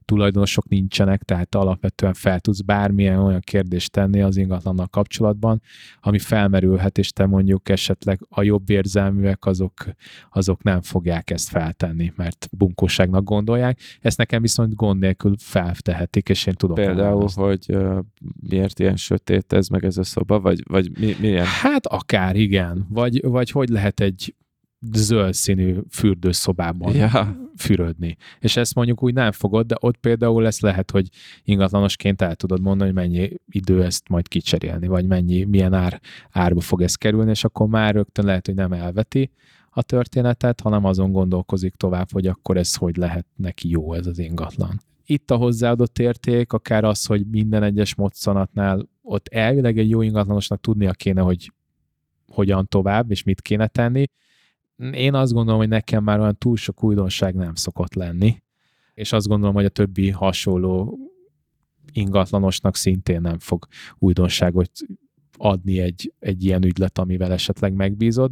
tulajdonosok nincsenek, tehát alapvetően fel tudsz bármilyen olyan kérdést tenni az ingatlannal kapcsolatban, ami felmerülhet, és te mondjuk esetleg a jobb érzelműek azok, azok nem fogják ezt feltenni, mert bunkóságnak gondolják. Ezt nekem viszont gond nélkül feltehetik, és én tudom. Például, hogy uh, miért ilyen sötét ez, meg ez a szoba, vagy, vagy mi, milyen? Hát akár, igen. Vagy, vagy hogy lehet egy zöld színű fürdőszobában ja. fürödni. És ezt mondjuk úgy nem fogod, de ott például lesz lehet, hogy ingatlanosként el tudod mondani, hogy mennyi idő ezt majd kicserélni, vagy mennyi, milyen ár, árba fog ez kerülni, és akkor már rögtön lehet, hogy nem elveti a történetet, hanem azon gondolkozik tovább, hogy akkor ez hogy lehet neki jó ez az ingatlan. Itt a hozzáadott érték, akár az, hogy minden egyes moccanatnál ott elvileg egy jó ingatlanosnak tudnia kéne, hogy hogyan tovább, és mit kéne tenni. Én azt gondolom, hogy nekem már olyan túl sok újdonság nem szokott lenni, és azt gondolom, hogy a többi hasonló ingatlanosnak szintén nem fog újdonságot adni egy, egy ilyen ügylet, amivel esetleg megbízod.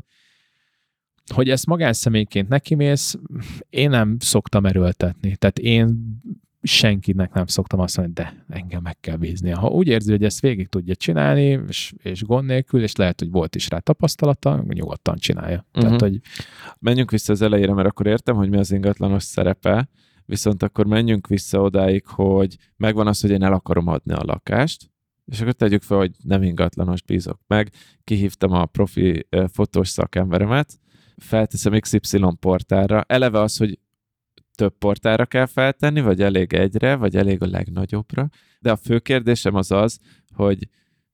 Hogy ezt magánszemélyként nekimész, én nem szoktam erőltetni. Tehát én senkinek nem szoktam azt mondani, de engem meg kell bíznia. Ha úgy érzi, hogy ezt végig tudja csinálni, és, és gond nélkül, és lehet, hogy volt is rá tapasztalata, nyugodtan csinálja. Uh-huh. Tehát, hogy... Menjünk vissza az elejére, mert akkor értem, hogy mi az ingatlanos szerepe, viszont akkor menjünk vissza odáig, hogy megvan az, hogy én el akarom adni a lakást, és akkor tegyük fel, hogy nem ingatlanos bízok meg, kihívtam a profi fotós szakemberemet, felteszem iksz ipszilon portálra, eleve az, hogy több portára kell feltenni, vagy elég egyre, vagy elég a legnagyobbra. De a fő kérdésem az az, hogy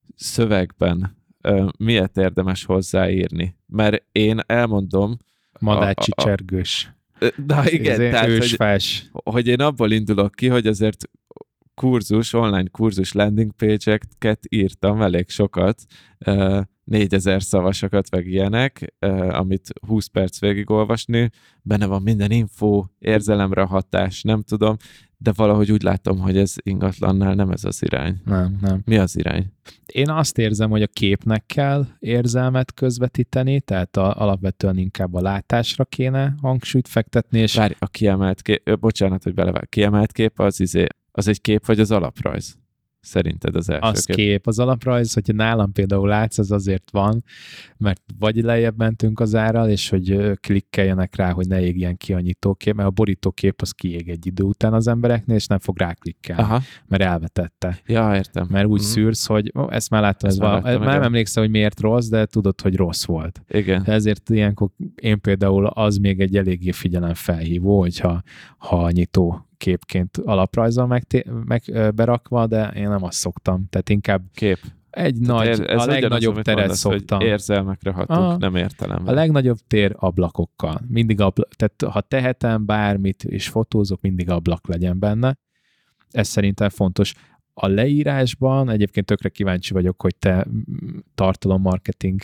szövegben uh, miért érdemes hozzáírni. Mert én elmondom... Madácsi a, a, csergős. Na igen, ez tehát, hogy, hogy én abból indulok ki, hogy azért kurzus, online kurzus landing page-eket írtam elég sokat, uh, négyezer szavasokat, meg ilyenek, uh, amit húsz perc végigolvasni, benne van minden info, érzelemre hatás, nem tudom, de valahogy úgy látom, hogy ez ingatlannál nem ez az irány. Nem, nem. Mi az irány? Én azt érzem, hogy a képnek kell érzelmet közvetíteni, tehát a, alapvetően inkább a látásra kéne hangsúlyt fektetni, és... Várj, a kiemelt kép, bocsánat, hogy belevág, kiemelt kép az izé, az egy kép vagy az alaprajz? Szerinted az első az kép? kép, az alaprajz, hogyha nálam például látsz, az azért van, mert vagy lejjebb mentünk az árral, és hogy klikkeljenek rá, hogy ne égjen ki a nyitókép, mert a borítókép az kiég egy idő után az embereknél, és nem fog ráklikkelni, Aha. mert elvetette. Ja, értem. Mert úgy mm. szűrsz, hogy ó, ezt már láttam, ezt ez már, láttam, már nem emlékszem, hogy miért rossz, de tudod, hogy rossz volt. Igen. De ezért ilyenkor én például az még egy eléggé figyelemfelhívó, hogyha ha a nyitó képként alaprajzzal meg, meg berakva, de én nem azt szoktam. Tehát inkább kép. Egy nagy, ez a legnagyobb az, teret mondasz, szoktam. Érzelmekre hatunk, ah, nem értelemben. A legnagyobb tér ablakokkal. Mindig abla- tehát ha tehetem bármit és fotózok, mindig ablak legyen benne. Ez szerintem fontos. A leírásban egyébként tökre kíváncsi vagyok, hogy te tartalommarketing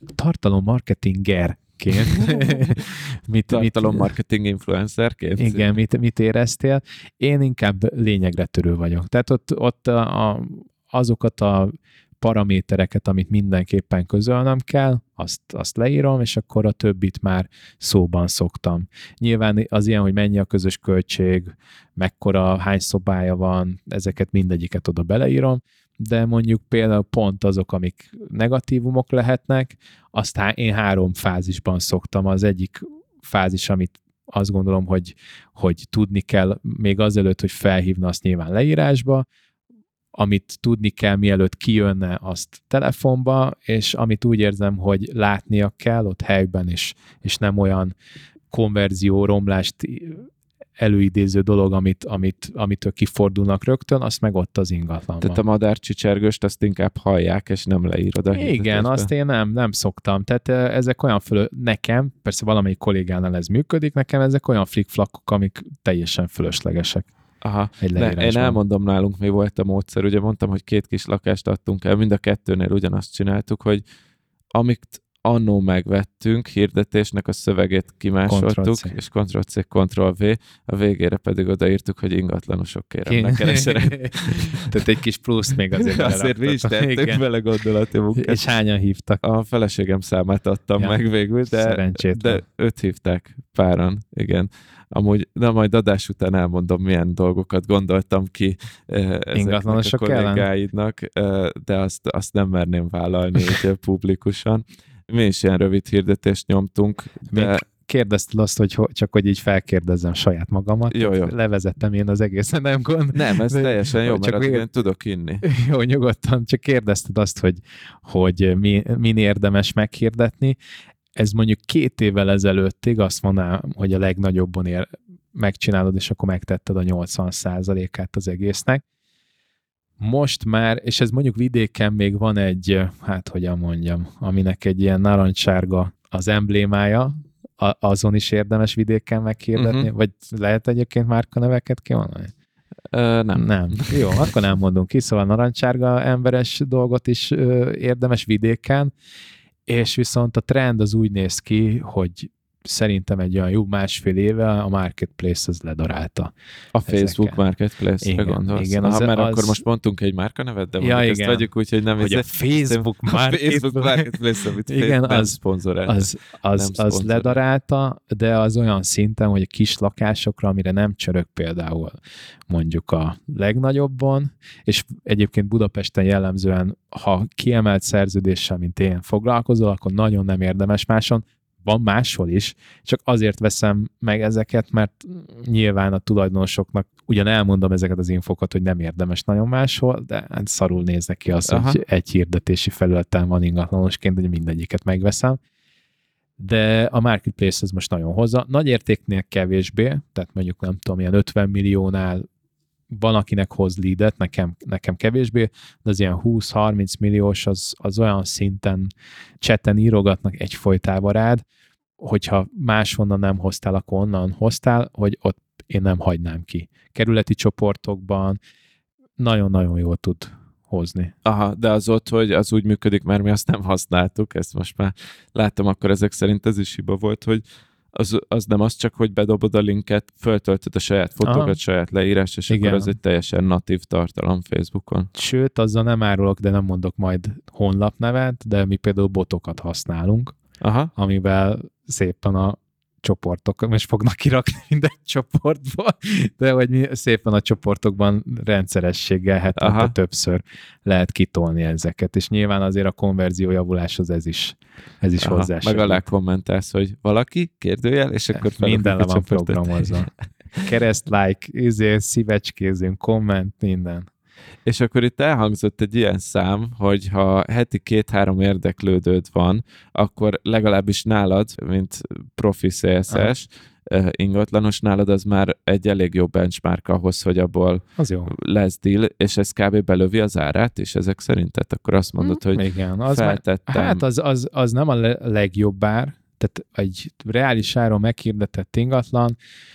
tartalommarketinger mit, tartalommarketing influencerként. Igen, mit, mit éreztél? Én inkább lényegre törő vagyok. Tehát ott, ott a, a, azokat a paramétereket, amit mindenképpen közölnöm kell, azt, azt leírom, és akkor a többit már szóban szoktam. Nyilván az ilyen, hogy mennyi a közös költség, mekkora, hány szobája van, ezeket mindegyiket oda beleírom, de mondjuk például pont azok, amik negatívumok lehetnek, azt há- én három fázisban szoktam. Az egyik fázis, amit azt gondolom, hogy, hogy tudni kell még azelőtt, hogy felhívna, azt nyilván leírásba, amit tudni kell, mielőtt kijönne, azt telefonba, és amit úgy érzem, hogy látnia kell ott helyben, és, és nem olyan konverzió, romlást előidéző dolog, amit, amit, amitől kifordulnak rögtön, azt meg ott az ingatlanban. Tehát a madárcsicsergőst azt inkább hallják, és nem leírod a hirdetésbe. Igen, azt én nem, nem szoktam. Tehát ezek olyan fölö... nekem, persze valamelyik kollégánál ez működik, nekem ezek olyan flickflakok, amik teljesen fölöslegesek. Aha, de én elmondom, nálunk mi volt a módszer. Ugye mondtam, hogy két kis lakást adtunk el, mind a kettőnél ugyanazt csináltuk, hogy amit annó megvettünk hirdetésnek a szövegét kimásoltuk, Ctrl-C. és Ctrl-C, Ctrl-V, a végére pedig odaírtuk, hogy ingatlanosok kérem, ne keresenek. Tehát egy kis plusz még azért Azért mi is tettünk vele gondolati munkát. És hányan hívtak? A feleségem számát adtam Ja, meg végül, de, de őt hívták páran, igen. Amúgy, na majd adás után elmondom, milyen dolgokat gondoltam ki eh, ezeknek a kollégáidnak, eh, de azt, azt nem merném vállalni így publikusan. Mi is ilyen rövid hirdetést nyomtunk. De... Még kérdezted azt, hogy ho- csak hogy így felkérdezzem saját magamat. Jó, jó. Levezettem én az egészen, nem gond. Nem, ez teljesen jó, mert még... én tudok inni. Jó, nyugodtan. Csak kérdezted azt, hogy, hogy mi, min érdemes meghirdetni. Ez mondjuk két évvel ezelőttig azt mondanám, hogy a legnagyobban ér, megcsinálod, és akkor megtetted a nyolcvan százalékát az egésznek. Most már, és ez mondjuk vidéken még van egy, hát hogyan mondjam, aminek egy ilyen narancssárga az emblémája, a, azon is érdemes vidéken meghirdetni, uh-huh. vagy lehet egyébként márkaneveket kimondani? Uh, nem. Nem. Jó, akkor nem mondunk ki, szóval narancssárga emberes dolgot is ö, érdemes vidéken, és viszont a trend az úgy néz ki, hogy szerintem egy olyan jó másfél éve a Marketplace az ledarálta. A Facebook ezeken. Marketplace-re gondolsz? Igen, Aha, az, mert az... akkor most mondtunk egy márkanevet, de ja, ezt vegyük úgy, hogy nem... Hogy a Facebook Marketplace, Facebook Marketplace amit igen, nem az, szponzorálta. Az, az, az, az ledarálta, de az olyan szinten, hogy a kis lakásokra, amire nem csörög például mondjuk a legnagyobban, és egyébként Budapesten jellemzően, ha kiemelt szerződéssel, mint én foglalkozol, akkor nagyon nem érdemes máson, van máshol is, csak azért veszem meg ezeket, mert nyilván a tulajdonosoknak ugyan elmondom ezeket az infokat, hogy nem érdemes nagyon máshol, de hát szarul néz neki az, Aha. hogy egy hirdetési felületen van ingatlanosként, hogy mindegyiket megveszem. De a Marketplace az most nagyon hozza. Nagy értéknél kevésbé, tehát mondjuk nem tudom, ilyen ötven milliónál van, akinek hoz leadet, nekem, nekem kevésbé, de az ilyen húsz-harminc milliós, az, az olyan szinten chatten írogatnak egyfolytában rád, hogyha máshonnan nem hoztál, akkor onnan hoztál, hogy ott én nem hagynám ki. Kerületi csoportokban nagyon-nagyon jól tud hozni. Aha, de az ott, hogy az úgy működik, mert mi azt nem használtuk, ezt most már láttam, akkor ezek szerint ez is hiba volt, hogy Az, az nem az csak, hogy bedobod a linket, föltöltöd a saját fotókat, Aha. saját leírás, és Igen. akkor az egy teljesen natív tartalom Facebookon. Sőt, azzal nem árulok, de nem mondok majd honlapnevet, de mi például botokat használunk, Aha. amivel szépen a csoportok, most fognak kirakni minden csoportból, de hogy mi szépen a csoportokban rendszerességgel hetente többször lehet kitolni ezeket, és nyilván azért a konverzió javuláshoz ez is, ez is hozzásegít. Meg alá kommentálsz, hogy valaki, kérdőjel, és akkor minden le van programozva. Kereszt, like, izé, szívecskézünk, komment, minden. És akkor itt elhangzott egy ilyen szám, hogy ha heti két-három érdeklődőd van, akkor legalábbis nálad, mint profi cé es es, uh, ingatlanos, nálad az már egy elég jó benchmark ahhoz, hogy abból az jó. lesz deal, és ez kb. Belövi az árát, és ezek szerinted akkor azt mondod, hogy igen, az feltettem. Már, hát az, az, az nem a legjobb ár, tehát egy reális áron meghirdetett ingatlan,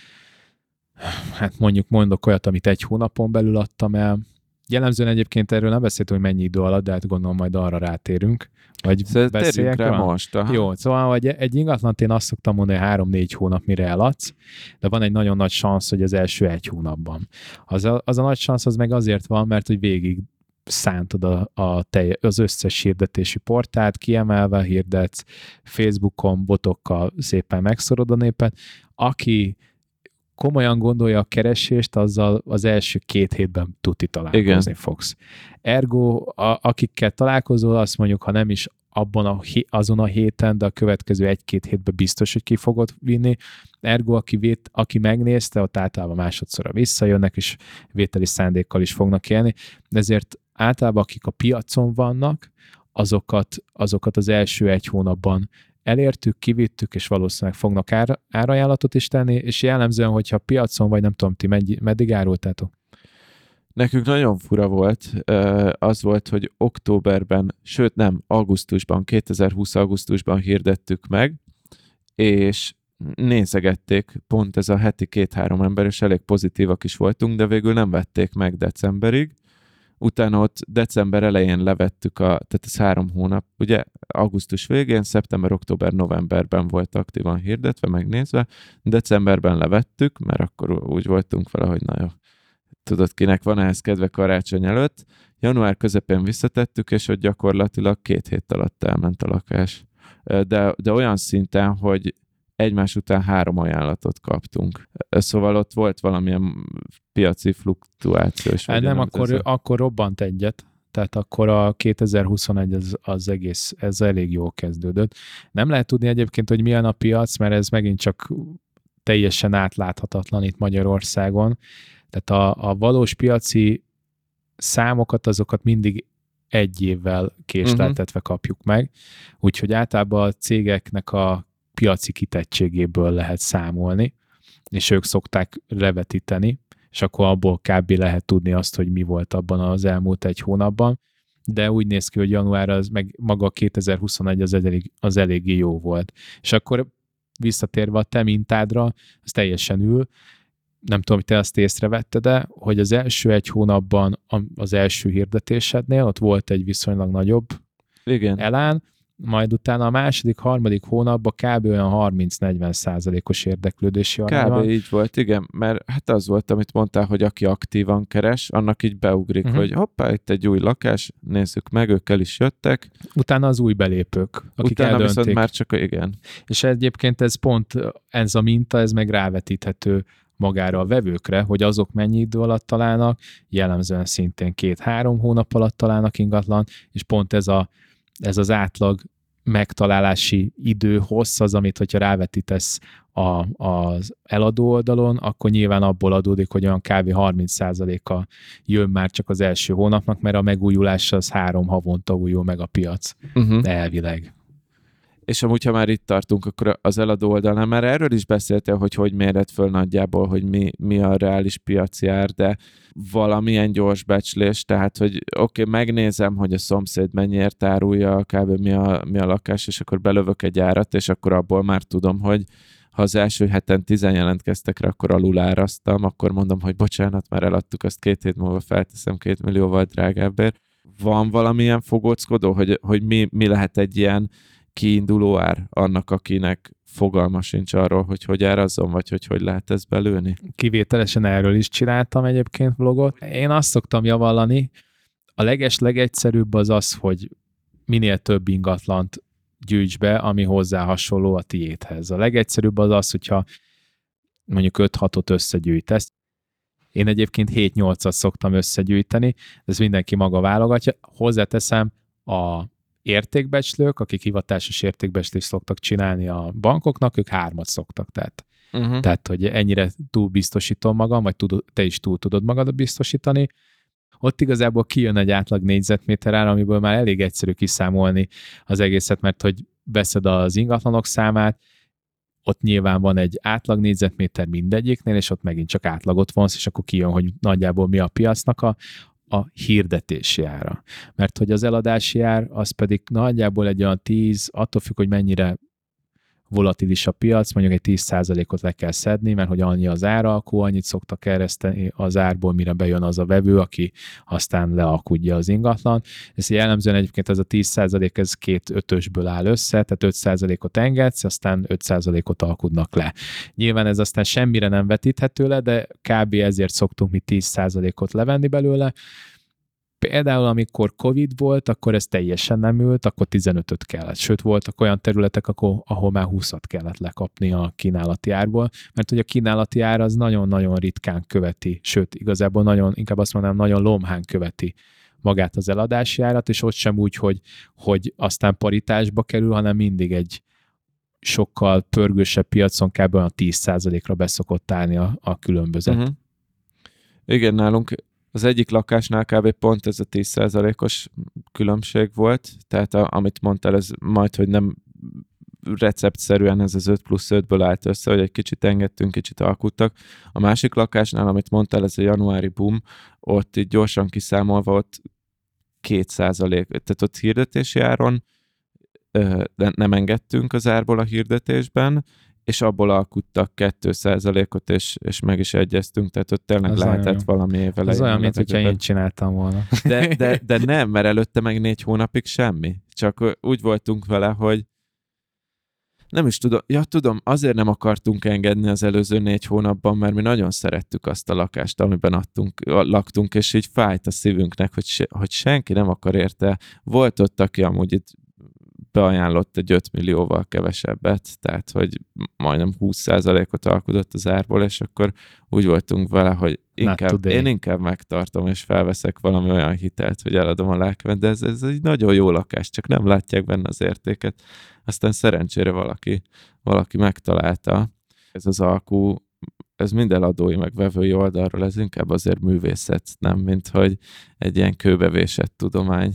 hát mondjuk mondok olyat, amit egy hónapon belül adtam el. Jellemzően egyébként erről nem beszéltünk, hogy mennyi idő alatt, de hát gondolom majd arra rátérünk. Vagy szóval beszéljek rá most. Aha. Jó, szóval hogy egy ingatlant én azt szoktam mondani, hogy három-négy hónap mire eladsz, de van egy nagyon nagy szansz, hogy az első egy hónapban. Az a, az a nagy szansz az meg azért van, mert hogy végig szántod a, a te, az összes hirdetési portált, kiemelve hirdetsz, Facebookon, botokkal szépen megszorod a népet. Aki komolyan gondolja a keresést, azzal az első két hétben tuti találkozni Igen. fogsz. Ergo, a, akikkel találkozol, azt mondjuk, ha nem is abban a, azon a héten, de a következő egy-két hétben biztos, hogy ki fogod vinni. Ergo, aki, vét, aki megnézte, ott általában másodszorra visszajönnek, és vételi szándékkal is fognak élni. De ezért általában, akik a piacon vannak, azokat, azokat az első egy hónapban elértük, kivittük, és valószínűleg fognak ár, árajánlatot is tenni, és jellemzően, hogyha piacon vagy, nem tudom, ti med, meddig árultátok? Nekünk nagyon fura volt, az volt, hogy októberben, sőt nem, augusztusban, kétezer-húsz augusztusban hirdettük meg, és nézegették pont ez a heti két-három ember, és elég pozitívak is voltunk, de végül nem vették meg decemberig, utána ott december elején levettük, a, tehát ez három hónap, ugye augusztus végén, szeptember, október, novemberben volt aktívan hirdetve, megnézve, decemberben levettük, mert akkor úgy voltunk vele, hogy na jó, tudod, kinek van ehhez kedve karácsony előtt, január közepén visszatettük, és ott gyakorlatilag két hét alatt elment a lakás. De, de olyan szinten, hogy egymás után három ajánlatot kaptunk. Szóval ott volt valamilyen piaci fluktuáció. Hát nem, akkor, a... akkor robbant egyet. Tehát akkor a kétezer-huszonegy az, az egész, ez elég jól kezdődött. Nem lehet tudni egyébként, hogy milyen a piac, mert ez megint csak teljesen átláthatatlan itt Magyarországon. Tehát a, a valós piaci számokat, azokat mindig egy évvel késleltetve uh-huh. kapjuk meg. Úgyhogy általában a cégeknek a piaci kitettségéből lehet számolni, és ők szokták levetíteni, és akkor abból kb. Lehet tudni azt, hogy mi volt abban az elmúlt egy hónapban, de úgy néz ki, hogy január az, meg maga kétezer-huszonegy az, elég, az eléggé jó volt. És akkor visszatérve a te mintádra, az teljesen ül, nem tudom, hogy te azt észrevetted, de hogy az első egy hónapban az első hirdetésednél ott volt egy viszonylag nagyobb Igen. elán, majd utána a második, harmadik hónapban kb. Olyan harminc-negyven százalékos érdeklődési arány van. Kb. Így volt, igen, mert hát az volt, amit mondtál, hogy aki aktívan keres, annak így beugrik, uh-huh. hogy hoppá, itt egy új lakás, nézzük meg, ők el is jöttek. Utána az új belépők, akik utána eldöntik. Viszont már csak, igen. És egyébként ez pont, ez a minta, ez meg rávetíthető magára a vevőkre, hogy azok mennyi idő alatt találnak, jellemzően szintén két-három hónap alatt találnak ingatlan, és pont ez, a, ez az átlag megtalálási idő hossz az, amit hogyha rávetítesz a, az eladó oldalon, akkor nyilván abból adódik, hogy olyan kb. harminc százaléka jön már csak az első hónapnak, mert a megújulás az három havonta újul meg a piac. Uh-huh. Elvileg. És amúgy, ha már itt tartunk, akkor az eladó oldalán már erről is beszéltél, hogy hogy méred föl nagyjából, hogy mi, mi a reális piaci ár, de valamilyen gyors becslés, tehát, hogy oké, okay, megnézem, hogy a szomszéd mennyiért árulja, kb. Mi a, mi a lakás, és akkor belövök egy árat, és akkor abból már tudom, hogy ha az első heten tizen jelentkeztek rá, akkor alul áraztam, akkor mondom, hogy bocsánat, már eladtuk, azt két hét múlva felteszem két millióval drágábbért. Van valamilyen fogóckodó, hogy, hogy mi, mi lehet egy ilyen kiinduló ár annak, akinek fogalma sincs arról, hogy hogy árazzon, vagy hogy hogy lehet ezt belőni? Kivételesen erről is csináltam egyébként vlogot. Én azt szoktam javallani, a leges-legegyszerűbb az az, hogy minél több ingatlant gyűjts be, ami hozzá hasonló a tiédhez. A legegyszerűbb az az, hogyha mondjuk öt-hatot összegyűjtesz. Én egyébként hét-nyolcat szoktam összegyűjteni, ez mindenki maga válogatja. Hozzáteszem, a értékbecslők, akik hivatásos értékbecslést szoktak csinálni a bankoknak, ők hármat szoktak. Tehát, uh-huh. tehát hogy ennyire túl biztosítom magam, vagy tud, te is túl tudod magadat biztosítani. Ott igazából kijön egy átlag négyzetméter ár, amiből már elég egyszerű kiszámolni az egészet, mert hogy veszed az ingatlanok számát, ott nyilván van egy átlag négyzetméter mindegyiknél, és ott megint csak átlagot vonsz, és akkor kijön, hogy nagyjából mi a piacnak a a hirdetési ára. Mert hogy az eladási ár, az pedig nagyjából egy olyan tíz, attól függ, hogy mennyire volatilis a piac, mondjuk egy tíz százalékot le kell szedni, mert hogy annyi az ára, akkor annyit szoktak ereszteni az árból, mire bejön az a vevő, aki aztán lealkudja az ingatlan. Ez jellemzően egyébként ez a tíz százalék, ez két ötösből áll össze, tehát öt százalékot engedsz, aztán öt százalékot alkudnak le. Nyilván ez aztán semmire nem vetíthető le, de kb. Ezért szoktunk mi tíz százalékot levenni belőle. Például, amikor Covid volt, akkor ez teljesen nem ült, akkor tizenötöt kellett. Sőt, voltak olyan területek, ahol, ahol már húszat kellett lekapni a kínálati árból, mert hogy a kínálati ár az nagyon-nagyon ritkán követi, sőt, igazából nagyon, inkább azt mondanám, nagyon lomhán követi magát az eladási árat, és ott sem úgy, hogy, hogy aztán paritásba kerül, hanem mindig egy sokkal pörgősebb piacon kb. Olyan tíz százalékra beszokott állni a, a különbözet. Uh-huh. Igen, nálunk az egyik lakásnál kb. Pont ez a tíz százalékos különbség volt, tehát a, amit mondtál, ez majd, hogy nem receptszerűen ez az öt plusz ötből állt össze, hogy egy kicsit engedtünk, kicsit alkuttak. A másik lakásnál, amit mondtál, ez a januári boom, ott így gyorsan kiszámolva, ott két százalék, tehát ott hirdetési áron de nem engedtünk az árból a hirdetésben, és abból alkuttak két százalékot, és, és meg is egyeztünk, tehát ott tényleg az lehetett valami évvel. Az olyan, mint hogyha én csináltam volna. De, de, de nem, mert előtte meg négy hónapig semmi. Csak úgy voltunk vele, hogy nem is tudom, ja tudom, azért nem akartunk engedni az előző négy hónapban, mert mi nagyon szerettük azt a lakást, amiben adtunk, laktunk, és így fájt a szívünknek, hogy, se, hogy senki nem akar érte. Volt ott, aki amúgy itt beajánlott egy öt millióval kevesebbet, tehát hogy majdnem húsz százalékot alkudott az árból, és akkor úgy voltunk vele, hogy inkább, én inkább megtartom, és felveszek valami olyan hitelt, hogy eladom a lelkemet, de ez, ez egy nagyon jó lakás, csak nem látják benne az értéket. Aztán szerencsére valaki, valaki megtalálta. Ez az alkú, ez mind eladói meg vevői oldalról, ez inkább azért művészet, nem, mint hogy egy ilyen kőbevésett tudomány.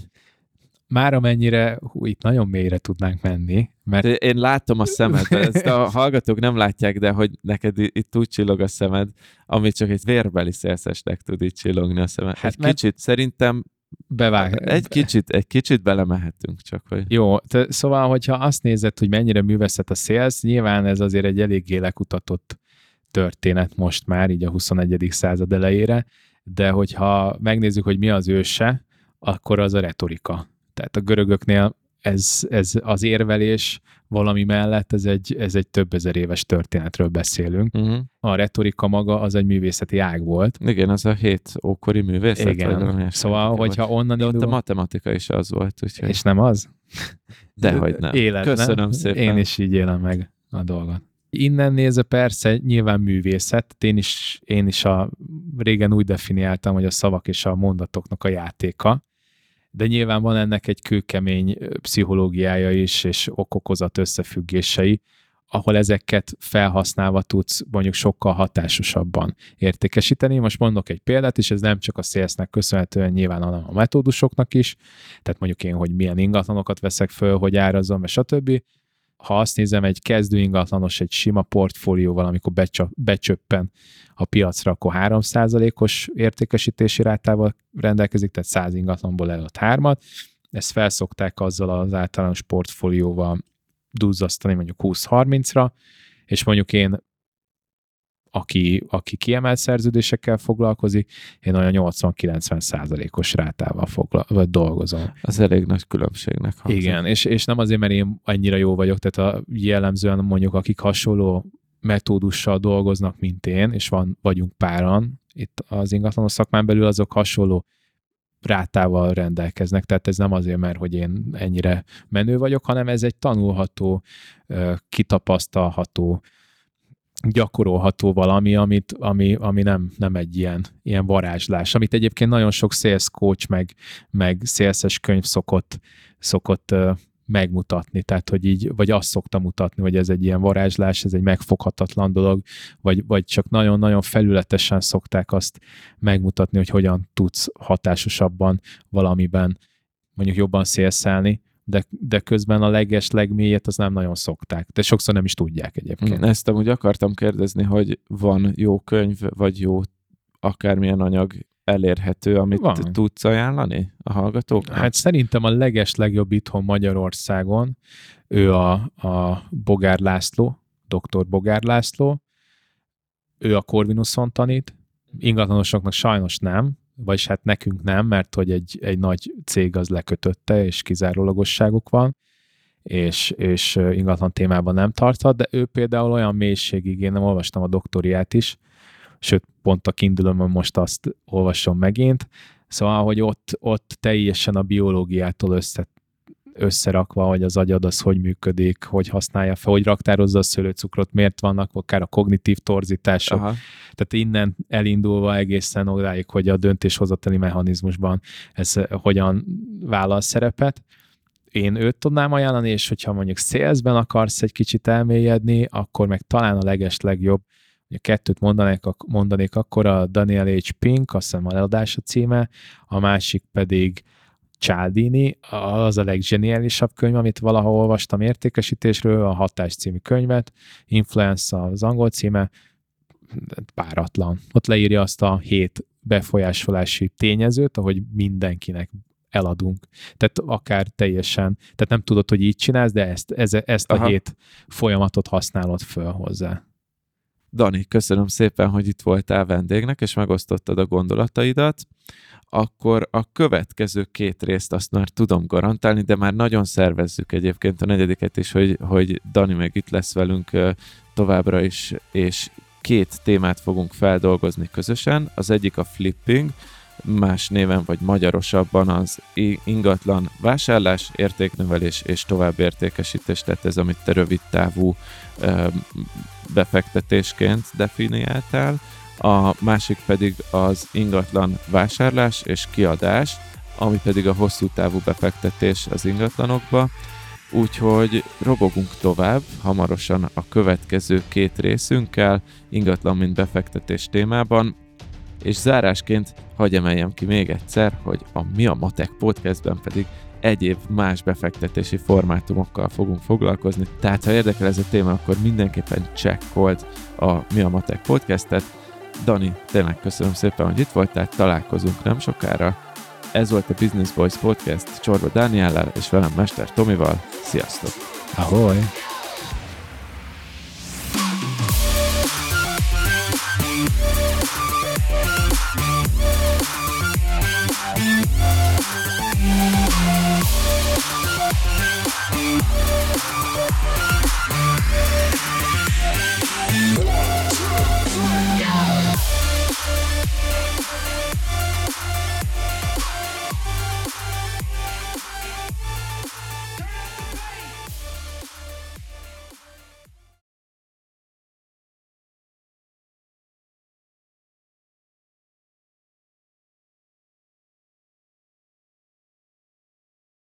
Már amennyire, hú, itt nagyon mélyre tudnánk menni, mert... De én látom a szemedben, ezt a hallgatók nem látják, de hogy neked itt úgy csillog a szemed, ami csak egy vérbeli szélszesnek tud így csillogni a szemed. Hát egy mert... kicsit, szerintem bevág. Egy kicsit, egy kicsit belemehetünk csak, hogy... Jó, te, szóval, hogyha azt nézed, hogy mennyire művészet a sales, nyilván ez azért egy eléggé lekutatott történet most már, így a huszonegyedik század elejére, de hogyha megnézzük, hogy mi az őse, akkor az a retorika. Tehát a görögöknél ez, ez az érvelés valami mellett, ez egy, ez egy több ezer éves történetről beszélünk. Uh-huh. A retorika maga az egy művészeti ág volt. Igen, az a hét ókori művészet. Igen, szóval, hogyha onnan indul... Ott a matematika is az volt. Úgyhogy... És nem az? Dehogy nem. Élet, Köszönöm nem? szépen. Én is így élem meg a dolgot. Innen nézve persze nyilván művészet. Én is, én is a, régen úgy definiáltam, hogy a szavak és a mondatoknak a játéka. De nyilván van ennek egy kőkemény pszichológiája is, és okokozat összefüggései, ahol ezeket felhasználva tudsz mondjuk sokkal hatásosabban értékesíteni. Most mondok egy példát, és ez nem csak a salesnek köszönhetően nyilván, hanem a metódusoknak is. Tehát mondjuk én, hogy milyen ingatlanokat veszek föl, hogy árazom, és stb. Ha azt nézem, egy kezdő ingatlanos egy sima portfólióval, amikor becsöppen a piacra, akkor három százalékos értékesítési rátával rendelkezik, tehát száz ingatlanból eladott hármat. Ezt felszokták azzal az általános portfólióval duzzasztani mondjuk húsz-harmincra, és mondjuk én, aki, aki kiemelt szerződésekkel foglalkozik, én olyan nyolcvan-kilencven százalékos rátával foglal, vagy dolgozom. Az elég nagy különbségnek hangzik. Igen, és, és nem azért, mert én annyira jó vagyok, tehát a jellemzően mondjuk, akik hasonló metódussal dolgoznak, mint én, és van, vagyunk páran itt az ingatlanos szakmán belül, azok hasonló rátával rendelkeznek, tehát ez nem azért, mert hogy én ennyire menő vagyok, hanem ez egy tanulható, kitapasztalható, gyakorolható valami, amit, ami, ami nem, nem egy ilyen, ilyen varázslás, amit egyébként nagyon sok sales coach, meg, meg sales-es könyv szokott, szokott uh, megmutatni, tehát hogy így, vagy azt szokta mutatni, hogy ez egy ilyen varázslás, ez egy megfoghatatlan dolog, vagy, vagy csak nagyon-nagyon felületesen szokták azt megmutatni, hogy hogyan tudsz hatásosabban valamiben mondjuk jobban szélszelni, de, de közben a leges, legmélyet az nem nagyon szokták. De sokszor nem is tudják egyébként. Ezt amúgy akartam kérdezni, hogy van jó könyv, vagy jó akármilyen anyag elérhető, amit van. Tudsz ajánlani a hallgatóknak? Hát szerintem a leges, legjobb itthon Magyarországon ő a, a Bogár László, doktor Bogár László. Ő a Corvinuson tanít. Ingatlanosoknak sajnos nem, vagyis hát nekünk nem, mert hogy egy, egy nagy cég az lekötötte, és kizárólagosságuk van, és, és ingatlan témában nem tarthat, de ő például olyan mélységig, én nem olvastam a doktoriát is, sőt, pont a Kindle-ömön most azt olvasom megint, szóval, hogy ott, ott teljesen a biológiától össze, összerakva, hogy az agyad az hogy működik, hogy használja fel, hogy raktározza a szőlőcukrot, miért vannak akár a kognitív torzítások. Aha. Tehát innen elindulva egészen odáig, hogy a döntéshozatali mechanizmusban ez hogyan vállal szerepet. Én őt tudnám ajánlani, és hogyha mondjuk salesben akarsz egy kicsit elmélyedni, akkor meg talán a leges legjobb, a kettőt mondanék, mondanék akkor a Daniel H. Pink, azt hiszem a leadása címe, a másik pedig Cialdini, az a leggeniálisabb könyv, amit valaha olvastam értékesítésről, a Hatás című könyvet, Influence az angol címe, páratlan. Ott leírja azt a hét befolyásolási tényezőt, ahogy mindenkinek eladunk. Tehát akár teljesen, tehát nem tudod, hogy így csinálsz, de ezt, ez, ezt a Aha. hét folyamatot használod föl hozzá. Dani, köszönöm szépen, hogy itt voltál vendégnek, és megosztottad a gondolataidat. Akkor a következő két részt azt már tudom garantálni, de már nagyon szervezzük egyébként a negyediket is, hogy, hogy Dani meg itt lesz velünk továbbra is, és két témát fogunk feldolgozni közösen. Az egyik a flipping, más néven vagy magyarosabban az ingatlan vásárlás, értéknövelés és továbbértékesítés, tehát ez, amit te rövid távú befektetésként definiáltál. A másik pedig az ingatlan vásárlás és kiadás, ami pedig a hosszú távú befektetés az ingatlanokba. Úgyhogy robogunk tovább hamarosan a következő két részünkkel, ingatlan mint befektetés témában, és zárásként hadd emeljem ki még egyszer, hogy a Mi a Matek podcastben pedig egyéb más befektetési formátumokkal fogunk foglalkozni, tehát ha érdekel ez a téma, akkor mindenképpen csekkold a Mi a Matek podcastet. Dani, tényleg köszönöm szépen, hogy itt voltál, találkozunk nem sokára. Ez volt a Business Boys Podcast Csorba Dániellel és velem Mester Tomival. Sziasztok! Ahoy!